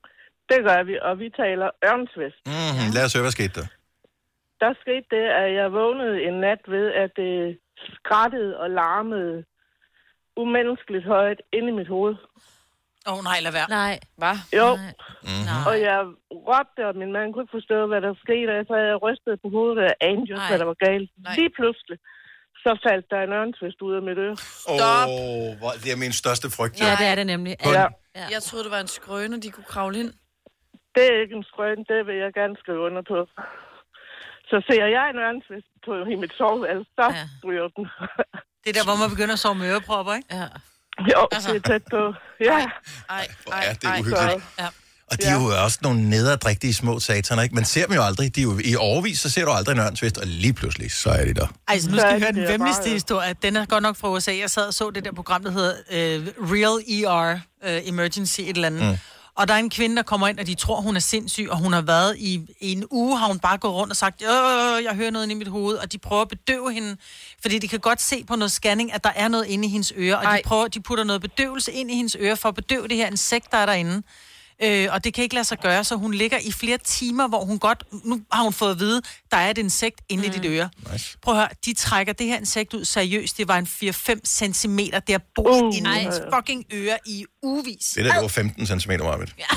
Det gør vi, og vi taler ørnsvest. Mm-hmm. Lad os høre, hvad skete der? Der skete det, at jeg vågnede en nat ved, at det skrattede og larmede umenneskeligt højt inde i mit hoved. Åh oh, nej, lad være. Nej. Hvad? Jo. Mm-hmm. Og jeg råbte, og min mand kunne ikke forstå, hvad der skete, og så havde jeg rystet på hovedet, og anede jo, hvad der var galt. Nej. Lige pludselig, så faldt der en ørnsvist ud af mit øre. Stop! Oh, det er min største frygt. Ja, det er det nemlig. Ja. Ja. Jeg troede, det var en skrøne, de kunne kravle ind. Det er ikke en skrøne, det vil jeg gerne skrive under på. Så ser jeg en ørnsvist på i mit soveværelse, så ja. ryger den. Det er der, hvor man begynder at sove med ørepropper, ikke? Ja. Jo, altså. Det er tæt på. Ja. Ej, ej, ej, ja, det er ej, uhyggeligt. Ja. Og de er jo også nogle nederdrægtige små sataner, ikke? Man ser dem jo aldrig. De er jo, i overvis, så ser du aldrig en ørnsvist, og lige pludselig, så er de der. Ej, så nu skal vi høre den vemmeligste historie. Den er godt nok fra U S A. Jeg sad og så det der program, der hedder uh, Real E R, uh, Emergency et eller andet. Mm. Og der er en kvinde, der kommer ind, og de tror, hun er sindssyg, og hun har været i, i en uge, har hun bare gået rundt og sagt, øh, jeg hører noget inde i mit hoved, og de prøver at bedøve hende, fordi de kan godt se på noget scanning, at der er noget inde i hendes øre, og de, prøver, de putter noget bedøvelse ind i hendes øre, for at bedøve det her insekt, der er derinde. Øh, og det kan ikke lade sig gøre, så hun ligger i flere timer, hvor hun godt, nu har hun fået at vide, der er et insekt inde mm. i dit øre. Nice. Prøv at høre, de trækker det her insekt ud seriøst. Det var en fire til fem centimeter, der boede uh, inde i hendes fucking øre i ugevis. Det der, det var femten centimeter, Marvind. Ja.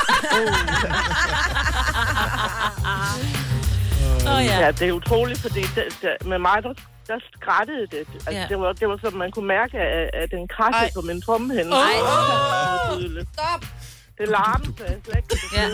oh, ja. ja, det er utroligt, fordi det, det, med mig, der, der skrattede det. Altså, ja. det, var, det var så, man kunne mærke, at, at den krassede på min trommehænde. Ej, oh. Stop! Det larmede, så jeg slet ikke kan ja.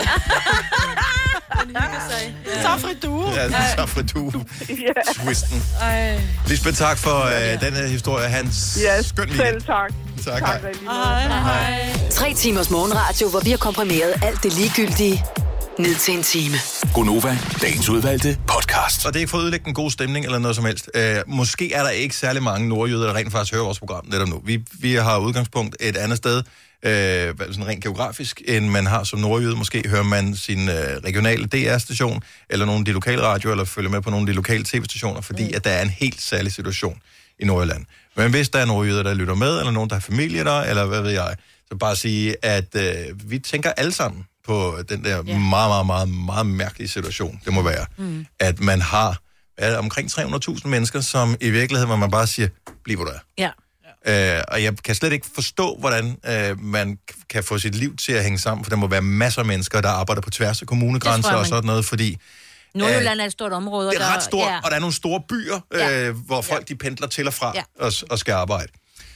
Den hygger sig. Ja. Safridue. Ja, safridue. Twisten. Lisbeth, tak for uh, den her historie. Hans ja, skøn weekend. Selv tak. Tak, tak hej. Hej, hej. Tre timers morgenradio, hvor vi har komprimeret alt det ligegyldige ned til en time. Gonova, dagens udvalgte podcast. Og det er ikke for at ødelægge en god stemning eller noget som helst. Uh, måske er der ikke særlig mange nordjyder, der rent faktisk hører vores program netop nu. Vi, vi har udgangspunkt et andet sted, øh, sådan rent geografisk, end man har som nordjyde. Måske hører man sin øh, regionale D R-station, eller nogle af de lokale radioer, eller følger med på nogle af de lokale tv-stationer, fordi mm. at der er en helt særlig situation i Nordjylland. Men hvis der er nordjyder, der lytter med, eller nogen, der har familie der, eller hvad ved jeg, så bare sige, at øh, vi tænker alle sammen på den der yeah. meget, meget, meget, meget mærkelige situation, det må være, mm. at man har er omkring tre hundrede tusind mennesker, som i virkeligheden, hvor man bare siger, bliv hvor du er. Ja. Øh, og jeg kan slet ikke forstå, hvordan øh, man kan få sit liv til at hænge sammen, for der må være masser af mennesker, der arbejder på tværs af kommunegrænser og sådan noget, fordi... Nordjylland er et stort område. Det er der, ret stort, ja. og der er nogle store byer, øh, ja. hvor folk de pendler til og fra ja. og, og skal arbejde.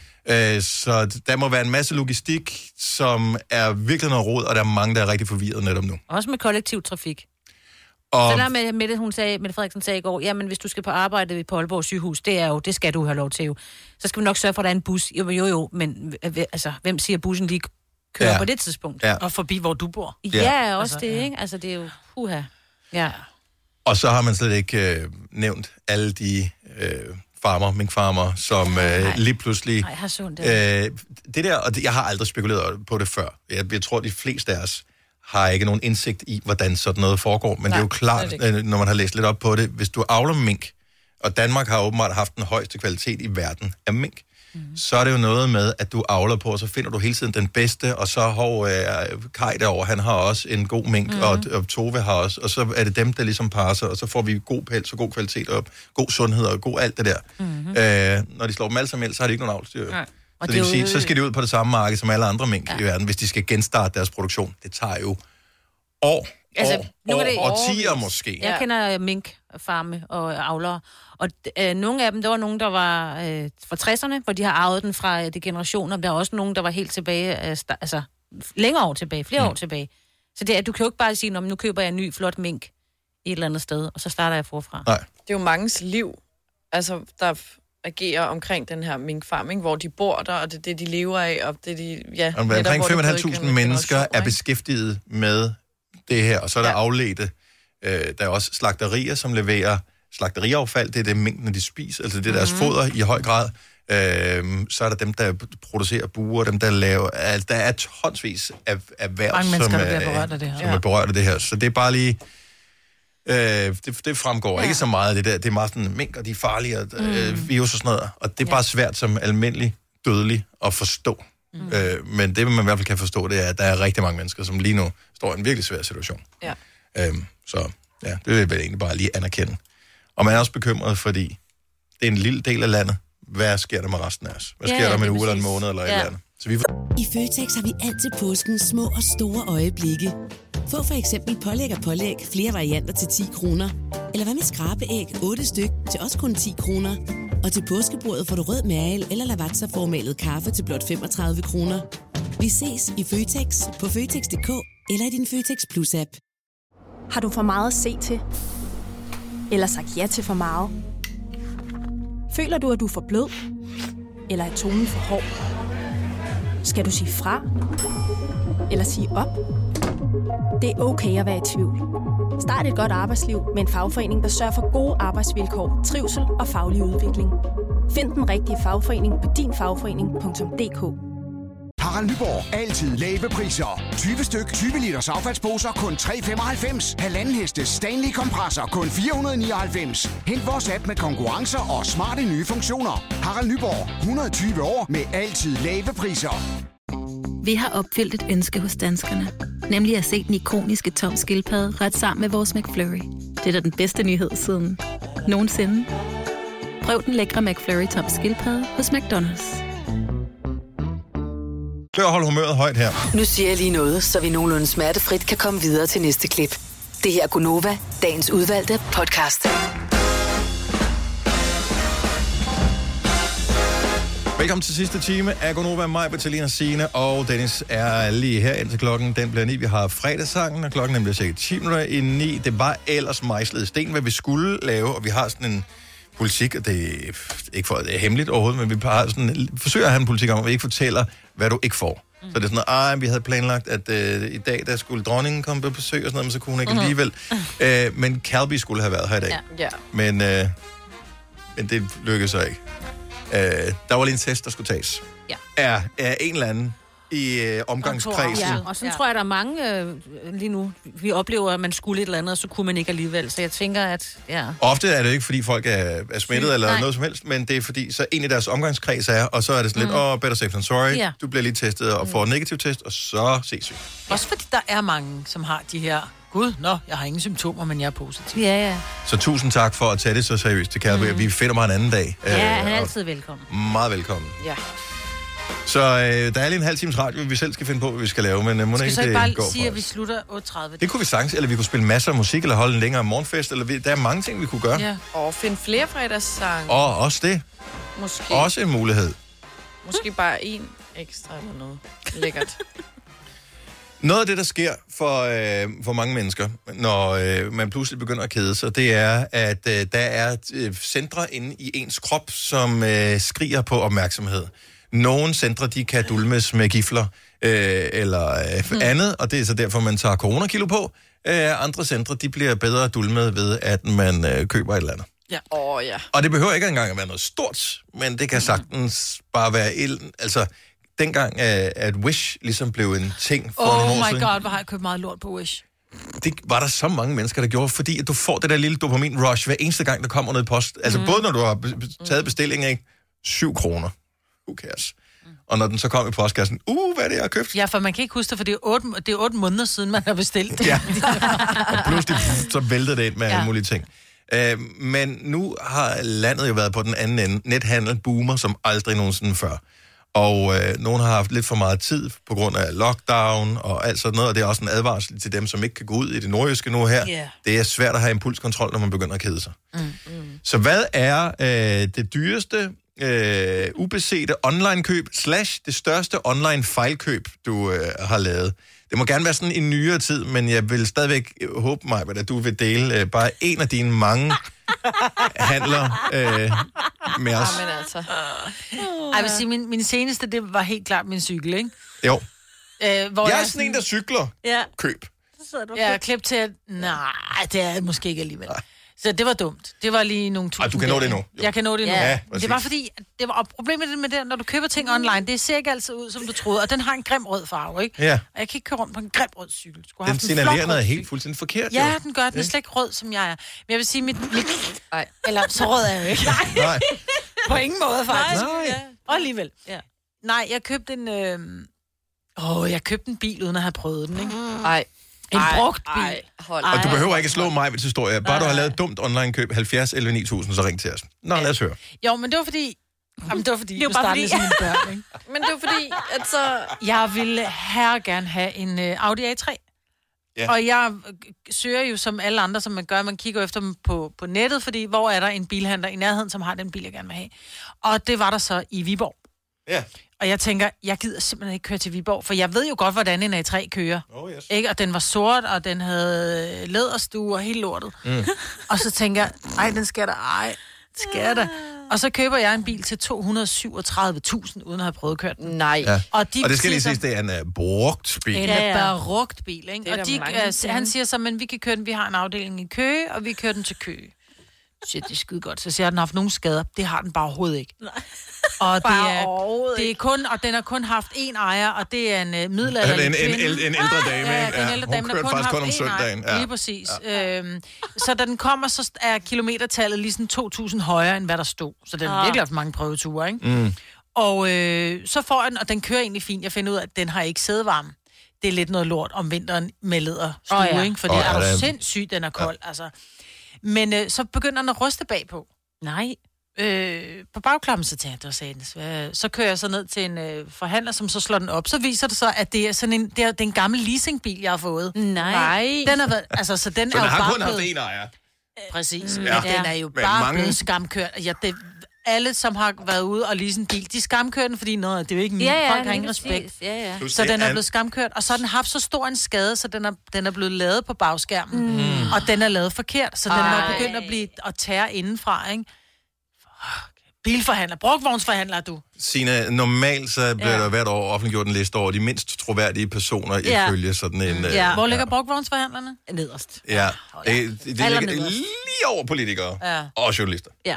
Øh, så der må være en masse logistik, som er virkelig noget rod, og der er mange, der er rigtig forvirret netop nu. Også med kollektiv trafik. Og... Så der med Mette, hun sagde, Mette Frederiksen sagde i går, jamen hvis du skal på arbejde på Aalborg sygehus, det er jo, det skal du have lov til jo. Så skal vi nok sørge for, at der er en bus. Jo, jo, jo, men altså, hvem siger, bussen lige kører ja. på det tidspunkt? Ja. Og forbi, hvor du bor. Ja, ja også altså, det, ja. ikke? Altså, det er jo, huha. Ja. Og så har man slet ikke øh, nævnt alle de øh, farmer, minkfarmer, som øh, lige pludselig... Nej, jeg har sundt det. Øh, det der, og det, jeg har aldrig spekuleret på det før. Jeg, jeg tror, de fleste af os har ikke nogen indsigt i, hvordan sådan noget foregår. Men Nej, det er jo klart, er når man har læst lidt op på det, hvis du avler mink, og Danmark har åbenbart haft den højeste kvalitet i verden af mink, mm-hmm. så er det jo noget med, at du avler på, og så finder du hele tiden den bedste, og så har øh, Kai derovre, han har også en god mink, mm-hmm. og, og Tove har også, og så er det dem, der ligesom passer, og så får vi god pels og god kvalitet, og god sundhed og god alt det der. Mm-hmm. Øh, når de slår dem alle sammen, så har de ikke nogen avlstyr. Nej. Så det vil sige, så skal de ud på det samme marked som alle andre mink ja. i verden, hvis de skal genstarte deres produktion. Det tager jo år, altså, år, år, det årtier måske. Jeg kender minkfarme og avlere, og øh, nogle af dem, der var nogen, der var øh, fra tresserne, hvor de har arvet den fra øh, de generationer, der er også nogen, der var helt tilbage, øh, sta- altså længere år tilbage, flere mm. år tilbage. Så det er, du kan jo ikke bare sige, nu køber jeg en ny flot mink i et eller andet sted, og så starter jeg forfra. Nej. Det er jo manges liv, altså der agerer omkring den her minkfarm, ikke? Hvor de bor der, og det er det, de lever af, og det de, ja... Og omkring fem tusind fem hundrede mennesker er beskæftiget med det her, og så er der ja. afledte. Øh, der er også slagterier, som leverer slagteriaffald, det er det mængden, de spiser, altså det er deres mm-hmm. foder i høj grad. Øh, så er der dem, der producerer buer, dem, der laver... Altså, der er tonsvis af erhverv, mange som, mennesker, er, der berørt af det her. som ja. er berørt af det her. Så det er bare lige... Øh, det, det fremgår ja. ikke så meget af det der. Det er meget sådan, mink, og de er farlige, og, mm. øh, virus og sådan noget. Og det er ja. bare svært som almindelig dødelig at forstå. Mm. Øh, men det, man i hvert fald kan forstå, det er, at der er rigtig mange mennesker, som lige nu står i en virkelig svær situation. Ja. Øhm, så ja, det vil jeg vel egentlig bare lige anerkende. Og man er også bekymret, fordi det er en lille del af landet. Hvad sker der med resten af os? Hvad sker ja, der med en uge eller en måned eller ja. et eller andet? Så vi... I Føtex har vi altid påsken små og store øjeblikke. Få for eksempel pålæg og pålæg flere varianter til ti kroner. Eller hvad med skrabeæg otte styk til også kun ti kroner. Og til påskebordet får du rød mal eller lavatserformalet kaffe til blot femogtredive kroner. Vi ses i Føtex på Føtex punktum d k eller i din Føtex Plus-app. Har du for meget at se til? Eller sagt ja til for meget? Føler du, at du er for blød? Eller er tonen for hård? Skal du sige fra? Eller sige op? Det er okay at være i tvivl. Start et godt arbejdsliv med en fagforening, der sørger for gode arbejdsvilkår, trivsel og faglig udvikling. Find den rigtige fagforening på din fagforening punktum d k. Harald Nyborg. Altid lave priser. tyve styk, tyve liters affaldsposer kun tre komma femoghalvfems. Halvanden heste Stanley kompresser kun fire hundrede og nioghalvfems. Hent vores app med konkurrencer og smarte nye funktioner. Harald Nyborg. hundrede og tyve år med altid lave priser. Vi har opfyldt et ønske hos danskerne. Nemlig at se den ikoniske Tom Skildpadde ret sammen med vores McFlurry. Det er da den bedste nyhed siden nogensinde. Prøv den lækre McFlurry Tom Skildpadde hos McDonald's. Prøv at holde humøret højt her. Nu siger jeg lige noget, så vi nogenlunde smertefrit kan komme videre til næste klip. Det her er Gunova, dagens udvalgte podcast. Velkommen til sidste time af Gunova. Mig, Bettelina, Signe og Dennis er lige her indtil klokken. Den bliver ni. Vi har fredagssangen, og klokken bliver cirka ti minutter i ni. Det var ellers mejslet sten, hvad vi skulle lave, og vi har sådan en politik, og det er ikke for, det er hemmeligt overhovedet, men vi har sådan, forsøger at have en politik om, at vi ikke fortæller, hvad du ikke får. Mm. Så det er sådan, at vi havde planlagt, at øh, i dag, der skulle dronningen komme på besøg og sådan noget, men så kunne hun ikke mm. alligevel. Øh, men Calby skulle have været her i dag. Ja. Ja. Men, øh, men det lykkedes så ikke. Øh, der var lige en test, der skulle tages. Ja. Er, er en eller anden i øh, omgangskredsen. Ja, og sådan ja. tror jeg, der er mange øh, lige nu. Vi oplever, at man skulle et eller andet, og så kunne man ikke alligevel. Så jeg tænker, at ja. Ofte er det ikke, fordi folk er, er smittet Syg. eller Nej. noget som helst, men det er fordi, så en i deres omgangskreds er, og så er det sådan mm. lidt, åh, oh, better safe than sorry. Ja. Du bliver lige testet og får en negativ test, og så ses vi. Også fordi der er mange, som har de her, gud, nå, jeg har ingen symptomer, men jeg er positiv. Ja, ja. Så tusind tak for at tage det så seriøst til Calby. Mm. Vi finder mig en anden dag. Ja, øh, han er altid velkommen. Meget velkommen. Ja. Så øh, der er lige en halv times radio, vi selv skal finde på, hvad vi skal lave, men øh, må Skal ikke så ikke det bare går sige, for at vi os. slutter otte tredive? Det kunne vi sagtens, eller vi kunne spille masser af musik, eller holde en længere morgenfest, eller vi, der er mange ting, vi kunne gøre. Ja. Og finde flere fredagssange. Og også det. Måske. Også en mulighed. Måske bare en ekstra eller noget lækkert. Noget af det, der sker for, øh, for mange mennesker, når øh, man pludselig begynder at kede sig, det er, at øh, der er øh, centre inde i ens krop, som øh, skriger på opmærksomhed. Nogle centre, de kan dulmes med gifler øh, eller øh, mm. andet, og det er så derfor, man tager coronakilo på. Øh, andre centre, de bliver bedre dulmet ved, at man øh, køber et eller andet. Ja. Åh, oh, ja. Og det behøver ikke engang at være noget stort, men det kan sagtens bare være ild. Altså, dengang, at Wish ligesom blev en ting for Oh nogle år my siden, god, hvor har jeg købt meget lort på Wish. det var der så mange mennesker, der gjorde, fordi at du får det der lille dopamin-rush hver eneste gang, der kommer noget i post. Altså, mm. både når du har be- taget bestillingen, ikke? Syv kroner. Who cares? Mm. Og når den så kom i postkassen, uh, hvad er det, jeg har købt? Ja, for man kan ikke huske det, for det er otte, det er otte måneder siden, man har bestilt. Ja. Og pludselig så væltede det ind med ja. alle mulige ting. Uh, men nu har landet jo været på den anden ende. Nethandel boomer som aldrig nogensinde før. Og øh, nogen har haft lidt for meget tid på grund af lockdown og alt sådan noget, og det er også en advarsel til dem, som ikke kan gå ud i det nordjyske nu her. Yeah. Det er svært at have impulskontrol, når man begynder at kede sig. Mm, mm. Så hvad er øh, det dyreste, øh, ubesete online-køb slash det største online-fejlkøb, du øh, har lavet? Det må gerne være sådan en nyere tid, men jeg vil stadigvæk håbe mig, at du vil dele øh, bare en af dine mange handler øh, med os. Jamen altså. Ej, jeg vil sige, min, min seneste, det var helt klart min cykel, ikke? Jo. Øh, hvor jeg jeg er sådan en, der cykler. Ja. Køb. Jeg er klip til, at nej, det er jeg måske ikke alligevel. Nej. Så det var dumt. Det var lige nogle tusind. Ej, du kan nå det nu. Jo. Jeg kan nå det nu. Ja, det var fordi, det var og problemet med det, når du køber ting online, det ser ikke altid ud, som du troede. Og den har en grim rød farve, ikke? Ja. Og jeg kan ikke køre rundt på en grim rød cykel. Den signalerer noget helt fuldstændig forkert. Ja, jo. den gør. Den er slet ikke rød, som jeg er. Men jeg vil sige, mit... mit eller så rød er jeg jo ikke. Nej. På ingen måde, faktisk. Nej. Ja. Og alligevel. Ja. Nej, jeg købte en... Øh... Åh, jeg købte en bil, uden at have prøvet den, ikke? Nej. En Ej, brugt bil. ej, hold. Og du behøver ikke at slå mig ved historie. Bare du har lavet dumt online-køb, halvfjerds elleve ni tusind, så ring til os. Nå, lad os høre. Jo, men det var fordi... Jamen, det var fordi, Det var bare fordi- som mine børn, ikke? Men det var fordi, at så... Jeg ville her gerne have en uh, Audi A tre. Ja. Og jeg øh, søger jo som alle andre, som man gør, man kigger efter dem på, på nettet, fordi hvor er der en bilhandler i nærheden, som har den bil, jeg gerne vil have. Og det var der så i Viborg. Ja. Og jeg tænker, jeg gider simpelthen ikke køre til Viborg, for jeg ved jo godt, hvordan en A tre kører. Oh, yes. Ikke? Og den var sort, og den havde læderstue og helt lortet. Mm. Og så tænker jeg, ej, den skal der, ej, skal jeg da. Og så køber jeg en bil til to hundrede og syvogtredive tusind, uden at have prøvet at køre den. Nej. Ja. Og, de Og det skal lige siger siges, det er en uh, brugt bil. En Ja, ja. barugt bil, ikke? Det er Og der de, mange øh, penge. han siger så, men vi kan køre den, vi har en afdeling i Køge, og vi kører den til Køge. Shit, det er skide godt. Så siger jeg, at den har haft nogle skader. Det har den bare overhovedet ikke. Nej. Og det Bare er, overhovedet det er kun, og den har kun haft én ejer, og det er en uh, middelalderlig En, en, kvinde. en, en ældre dame, Ja, ikke? en ældre Hun dame, der kørte kun faktisk har kun om haft én søndagen. ejer. Lige præcis. Ja. Øhm, så da den kommer, så er kilometertallet lige sådan to tusind højere, end hvad der stod. Så den har Ah. virkelig haft mange prøveture, ikke? Mm. Og øh, så får jeg den, og den kører egentlig fint. Jeg finder ud af, at den har ikke sædevarme. Det er lidt noget lort om vinteren med læderstue, Åh, oh, ja. ja. ikke? Fordi Åh, oh, ja, er det du er- sindssyg, den er kold, ja. Altså. Men øh, så begynder den at ryste bagpå. Nej. Øh, på bagklappen, så tænker jeg, det var satans. Hvad- Så kører jeg så ned til en øh, forhandler, som så slår den op. Så viser det sig, at det er sådan en, det er, det er en gammel leasingbil, jeg har fået. Nej. Nej. Den har været, altså, så den Så er den jo har bare kun haft blevet... en ejer. Præcis, Mm. ja. Ja. Men den er jo Men bare mange- blevet skamkørt. Ja, det, alle, som har været ude og lease en bil, de skamkører den, fordi noget, det er jo ikke min. Ja, ja, Folk har lige ingen præcis. respekt. Ja, ja. Plus Så det den er an- blevet skamkørt, og så har den haft så stor en skade, så den er, den er blevet lavet på bagskærmen. Mm. Og den er lavet forkert, så den Ej. var begyndt at blive at tære indenfra, ikke? Fuck. Bilforhandler, brugvognsforhandler er du. Signe, normalt så bliver Ja. der hvert år offentliggjort en liste over de mindst troværdige personer Ja. ifølge sådan en... øh, Ja. Hvor ligger brugvognsforhandlerne? Nederst. Ja, det, det ligger Allernederst. lige over politikere Ja. og journalister. Ja.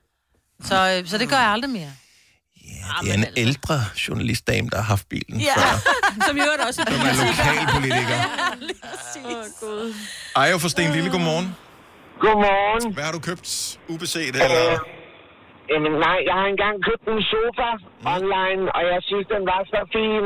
Så, øh, så det gør jeg aldrig mere. Det er en ældre journalistdame, der har haft bilen Ja, før. Som jo er også Som er lokalpolitiker. Åh, Gud. Ejo for Sten Lille, godmorgen. Godmorgen. Hvad har du købt? Ubeset eller... Jamen nej, jeg har engang købt en sofa online, og jeg synes, den var så fin.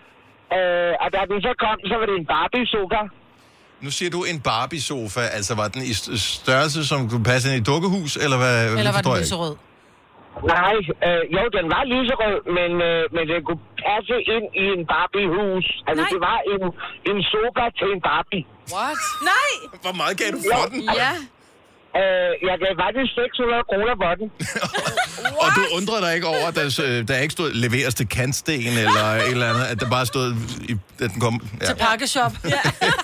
Øh, og da den så kom, så var det en Barbie-sofa. Nu siger du en Barbie-sofa, altså var den i st- størrelse, som kunne passe ind i et dukkehus, eller hvad? Eller det var forstår den jeg ikke. lyserød? Nej, øh, jo, den var lyserød, men, øh, men den kunne passe ind i en Barbie-hus. Altså, Nej. det var en, en sofa til en Barbie. What? Nej! Hvor meget gav du for den? Ja. Øh, jeg gav faktisk seks hundrede kroner for den. Og du undrede dig ikke over, at der, øh, der ikke stod leveres til kantsten, eller et eller andet, at der bare stod, i, at den kom... Ja. Til pakkeshop. Ja.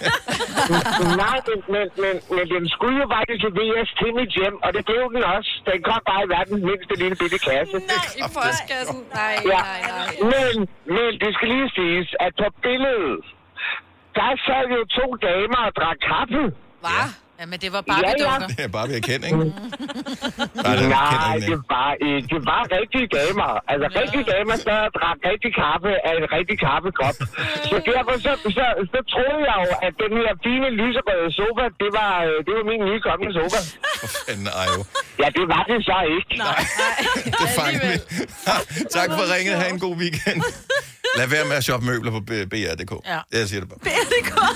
Nej, men, men, men, men den skulle jo faktisk leveres til mit hjem, og det blev den også. Den kom bare i verdens mindste lille bitte kasse. Nej, i postkassen. Nej, Ja. nej, nej. Men, men det skal lige siges, at på billedet, der sad jo to damer og drak kaffe. Hvad? Ja, men det var bare Ja, ja. bedukker. Det er bare ved at kende, ikke? Nej, det Nej, kender jeg det ikke. var, øh, det var rigtige damer. Altså, rigtige damer sad og drak rigtig kaffe af en rigtig kaffekop. Så derfor så, så, så troede jeg jo, at den her fine lyserøde sofa, det var, øh, det var min nye kommende sofa. For fanden, Ejo. Ja, det var det så ikke. Nej, det fangede vi. Tak for ringet. Ha' en god weekend. Lad være med at shoppe møbler på b r punktum d k. Ja. Jeg siger det bare. B R punktum d k.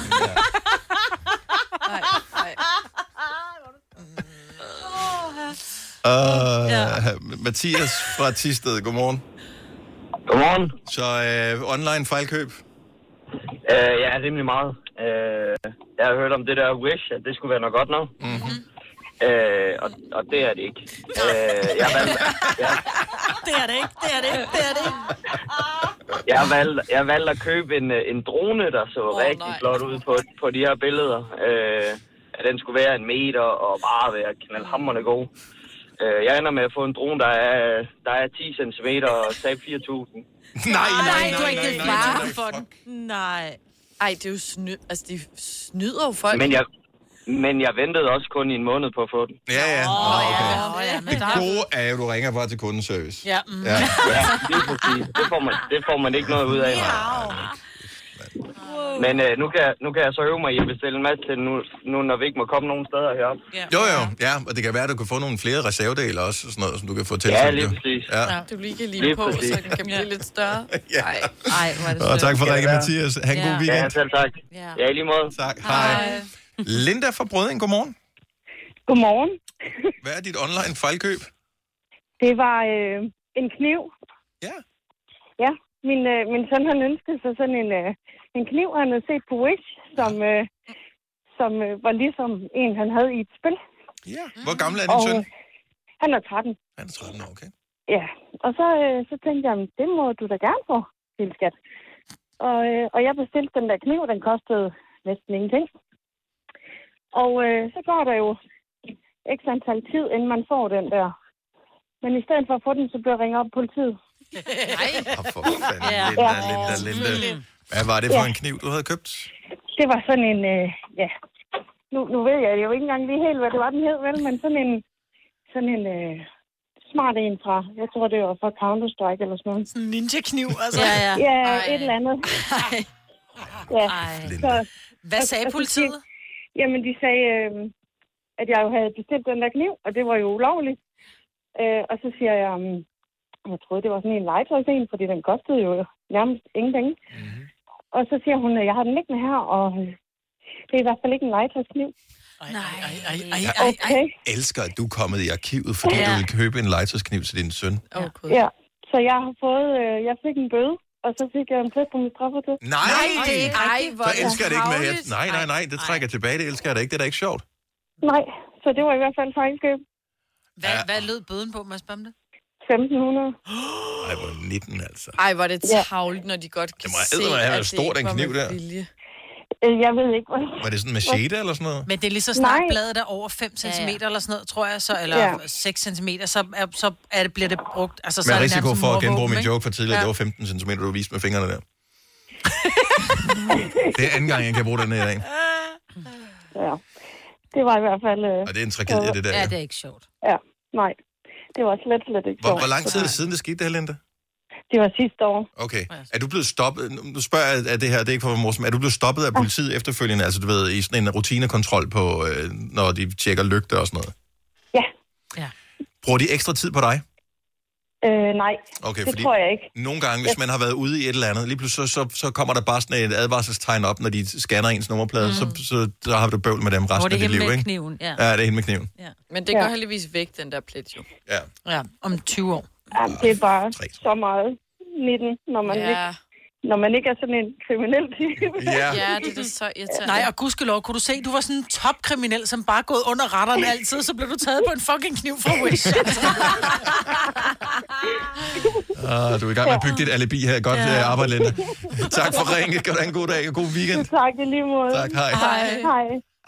Nej, nej. Uh, ja. Mathias fra Thisted, godmorgen. Godmorgen. Så uh, online fejlkøb? Uh, ja, rimelig meget. Uh, jeg har hørt om det der Wish, at det skulle være noget godt noget. Mm-hmm. Uh, og, og det er det ikke. Uh, jeg valgte... Ja. Det er det ikke, det er det ikke, det er det ikke. Jeg valgte, jeg valgte at købe en, en drone, der så Åh, oh, rigtig nej. flot ud på, på de her billeder. Øh, at den skulle være en meter og bare være knaldhamrende god. Øh, jeg ender med at få en drone, der er, der er ti centimeter og tab fire tusind. Nej, nej, Nej, nej, du har nej, ikke nej, givet nej, fire nej, tusind for den. Nej. Ej, det er jo snyd... Altså, de snyder jo folk. Men jeg, men jeg ventede også kun i en måned på at få den. Ja, ja. Nå, Åh, okay. ja, åh, ja, men Det der er... gode er jo, at du ringer bare til kundeservice. Ja, mm. Ja. Ja, det er præcis. Det får man, det får man ikke noget ud af. Men øh, nu, kan jeg, nu kan jeg så øve mig i at bestille en masse til nu, nu, når vi ikke må komme nogen steder heroppe. Ja. Jo, jo, ja, og det kan være, at du kan få nogle flere reservedele også, sådan noget, som du kan få tilsendt. Ja, lige præcis. Ja. Ja. Du lige kan lide på, præcis. Så den kan blive lidt større. Ja. Ej, Ej hvor er det Og sødt. tak for ringen, Mathias. Ha' en Ja. god weekend. Ja, selv tak. Ja, ja i lige måde. Tak, hej. Linda fra Brødring, godmorgen. Godmorgen. Hvad er dit online fejlkøb? Det var øh, en kniv. Ja. Ja, min, øh, min søn han ønskede sig sådan en, øh, en kniv, han havde set på Wish, som, øh, som øh, var ligesom en, han havde i et spil. Ja. Hvor gammel er din og, søn? øh, Han er tretten. Han er tretten år, okay. Ja, og så, øh, så tænkte jeg, det må du da gerne få, lille skat. Og, øh, og jeg bestilte den der kniv, den kostede næsten ingenting. Og øh, så går der jo ikke antal tid, inden man får den der. Men i stedet for at få den, så bliver jeg ringet op på politiet. Nej. Oh, for fanden, Linda, Linda, Linda, Linda. Hvad var det for Ja. en kniv, du havde købt? Det var sådan en, øh, ja, nu, nu ved jeg jo ikke engang lige helt, hvad det var, den hed, vel, men sådan en, sådan en øh, smart en fra, jeg tror, det var fra Counter-Strike eller sådan noget. Sådan en ninja-kniv, altså. Ja, ja. Ja, et eller andet. Ej. Ja. Ej. Så, Hvad og- sagde og så politiet? siger- Jamen, de sagde, øh, at jeg jo havde bestilt den der kniv, og det var jo ulovligt. Øh, og så siger jeg, um, jeg troede, det var sådan en legetøjsen, fordi den kostede jo nærmest ingen penge. Mm-hmm. Og så siger hun, at jeg har den liggende her, og øh, det er i hvert fald ikke en legetøjskniv. Ej, ej, ej, ej, Jeg ej, ej. elsker, at du er kommet i arkivet, fordi Ja. du vil købe en legetøjskniv til din søn. Ja. ja, så jeg har fået, øh, jeg fik en bøde, og så fik jeg en plet på min straffer til. Nej, det er ikke Ej, rigtigt. hvor Så elsker jeg det ikke med. tarveligt. Nej, nej, nej, det trækker jeg tilbage. Det elsker jeg da ikke. Det er da ikke sjovt. Nej, så det var i hvert fald fejlkøb. Hvad, hvad lød bøden på, må jeg spørge om det? femten hundrede. Ej, hvor nitten, altså. Ej, hvor er det tavligt, når de godt kan Det må se, eddermame have at været det stor, ikke den var kniv med der. vilje. Øh, Jeg ved ikke, hvad... Var det sådan en machete eller sådan noget? Men det er lige så snart Nej. bladet er over fem centimeter eller sådan noget, tror jeg, så, eller Ja. seks centimeter, så, er, så er det, bliver det brugt. Altså, så Med er det risiko nærmest for at mordvåben, genbruge min ikke? joke for tidligere, Ja. det var femten centimeter, du viste med fingrene der. Det er anden gang, jeg kan bruge den her i dag. Ja, det var i hvert fald... Øh, Og det er en tragedie, det der. Ja, Ja. det er ikke sjovt. Ja, nej. Det var slet, slet ikke Hvor, sjovt. hvor lang tid er det siden, det skete, det her, Linda? Det var sidste år. Okay. Er du blevet stoppet? Nu spørger jeg, at det her, det er ikke for morsom. Er du blevet stoppet af politiet efterfølgende? Altså, du ved, i sådan en rutinekontrol på, øh, når de tjekker lygter og sådan noget? Ja. Ja. Bruger de ekstra tid på dig? Øh, nej, Okay, det fordi tror jeg ikke. nogle gange, hvis man har været ude i et eller andet, lige pludselig så, så, så kommer der bare sådan et advarselstegn op, når de scanner ens nummerplade, mm. så, så, så har du bøvl med dem Hvor resten det af er dit liv, med ikke? kniven, ja. Ja, det er hende med kniven. Ja. Men det Ja. går heldigvis væk, den der plet jo. Ja. Ja, om tyve år. Ja, det er bare så meget nitten, når man, Ja. ikke, når man ikke er sådan en kriminel type. Ja. Ja, det er da så irriterende. Nej, og gudskelov, kunne du se, du var sådan en topkriminel, som bare gået under retterne altid, så blev du taget på en fucking kniv fra Wish. Uh, du er i gang med at bygge dit alibi her. Godt ja. uh, arbejde, Linda. Tak for ringet. Gør dig en god dag og god weekend. Tak, i lige måde. Tak, hej. Hej. Hej.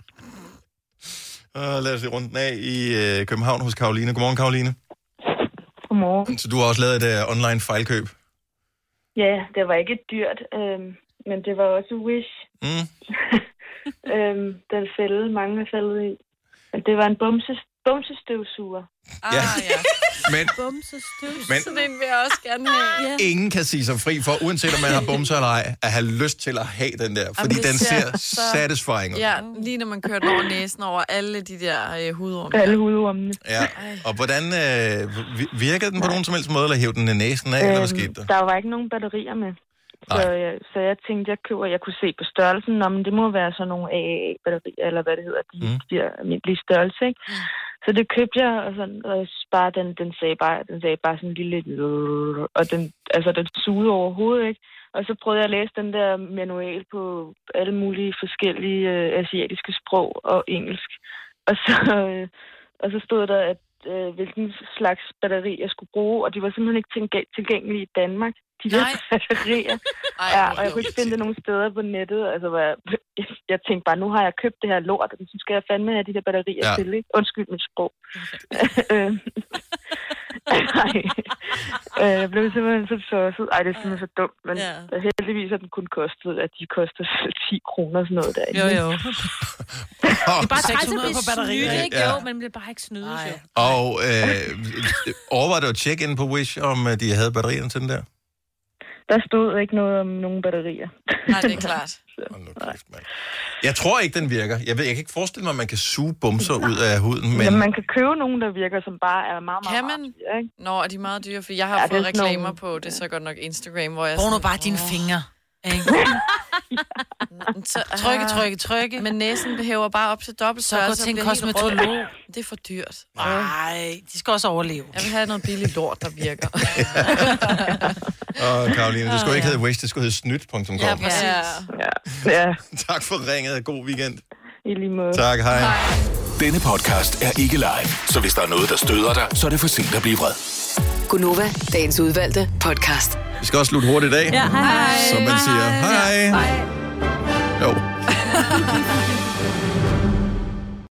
Uh, lad os se rundt af i uh, København hos Karoline. Godmorgen, Karoline. Godmorgen. Så du har også lavet et uh, online fejlkøb. Ja, det var ikke dyrt, øh, men det var også Wish. Mm. øh, den fælde, mange er faldet i. Men det var en bumse, bumsestøvsuger. Ja. ja. Men, men Sådan en vil jeg også gerne have. Ja. ingen kan sige sig fri for, uanset om man har bumser eller ej, at have lyst til at have den der. Fordi det den ser så- satisfying ud. Ja, lige når man kører den over næsen, over alle de der øh, hudrum. Alle hudrummene. Ja. Og hvordan øh, vi- virkede den på nogen som helst måde, eller hævde den næsen af, eller hvad skete der? Der var ikke nogen batterier med. Så jeg, så jeg tænkte, jeg køber, jeg kunne se på størrelsen, nå, men det må være sådan nogle A A A-batterier, eller hvad det hedder, de, mm. de der almindelige størrelse, ikke? Så det købte jeg, og, sådan, og bare, den, den, sagde bare, den sagde bare sådan en lille... Og den, altså, den sugede overhovedet, ikke? Og så prøvede jeg at læse den der manual på alle mulige forskellige øh, asiatiske sprog og engelsk. Og så, øh, og så stod der, at øh, hvilken slags batteri jeg skulle bruge, og de var simpelthen ikke tilgæ- tilgængelige i Danmark. De der batterier. Ej, ja, og jeg kunne ikke finde det nogen steder på nettet. Altså, hvor jeg, jeg, jeg tænkte bare, nu har jeg købt det her lort, og så skal jeg fandme have de der batterier Ja. til, ikke? Undskyld mit sprog. Øh, Ej, øh, jeg blev simpelthen så tosset. Ej, det er simpelthen så dumt, men Ja. ja. heldigvis har den kun kostet, at de koster ti kroner og sådan noget der. Jo, jo. Det er bare træt at blive på batteriet, snydt, ikke? ikke? Ja. Jo, men det bliver bare ikke snydes, jo. Og øh, overvejede du at tjekke ind på Wish, om øh, de havde batterierne til den der? der stod ikke noget om nogen batterier. Nej, det er klart. Jeg tror ikke, den virker. Jeg ved, jeg kan ikke forestille mig, at man kan suge bumser ud af huden, men... Jamen, man kan købe nogen, der virker, som bare er meget, meget, Kan man? meget dyre, ikke? Nå, er de meget dyre? For jeg har Ja, ja, det er fået sådan reklamer nogle- på, det er så godt nok Instagram, hvor jeg... Brug nu sådan, bare dine åh. fingre. Ikke? Så, Trykke, trykke, trykke. Men næsen behøver bare op til dobbelt Så gå størrelse til en og bliver helt kosmetolog. rød. Det er for dyrt. Nej, de skal også overleve. Jeg vil have noget billigt lort, der virker. Åh, Karoline, det skulle ikke hedde waste, det skulle hedde snydt punktum com. Ja, præcis. Ja. ja. Tak for ringet, og god weekend. I lige måde. Tak, hej. hej. Denne podcast er ikke live, så hvis der er noget, der støder dig, så er det for sent at blive vred. Gunova, dagens udvalgte podcast. Vi skal også slutte hurtigt i dag. Ja, hej, hej. Som man siger. Hej, hej.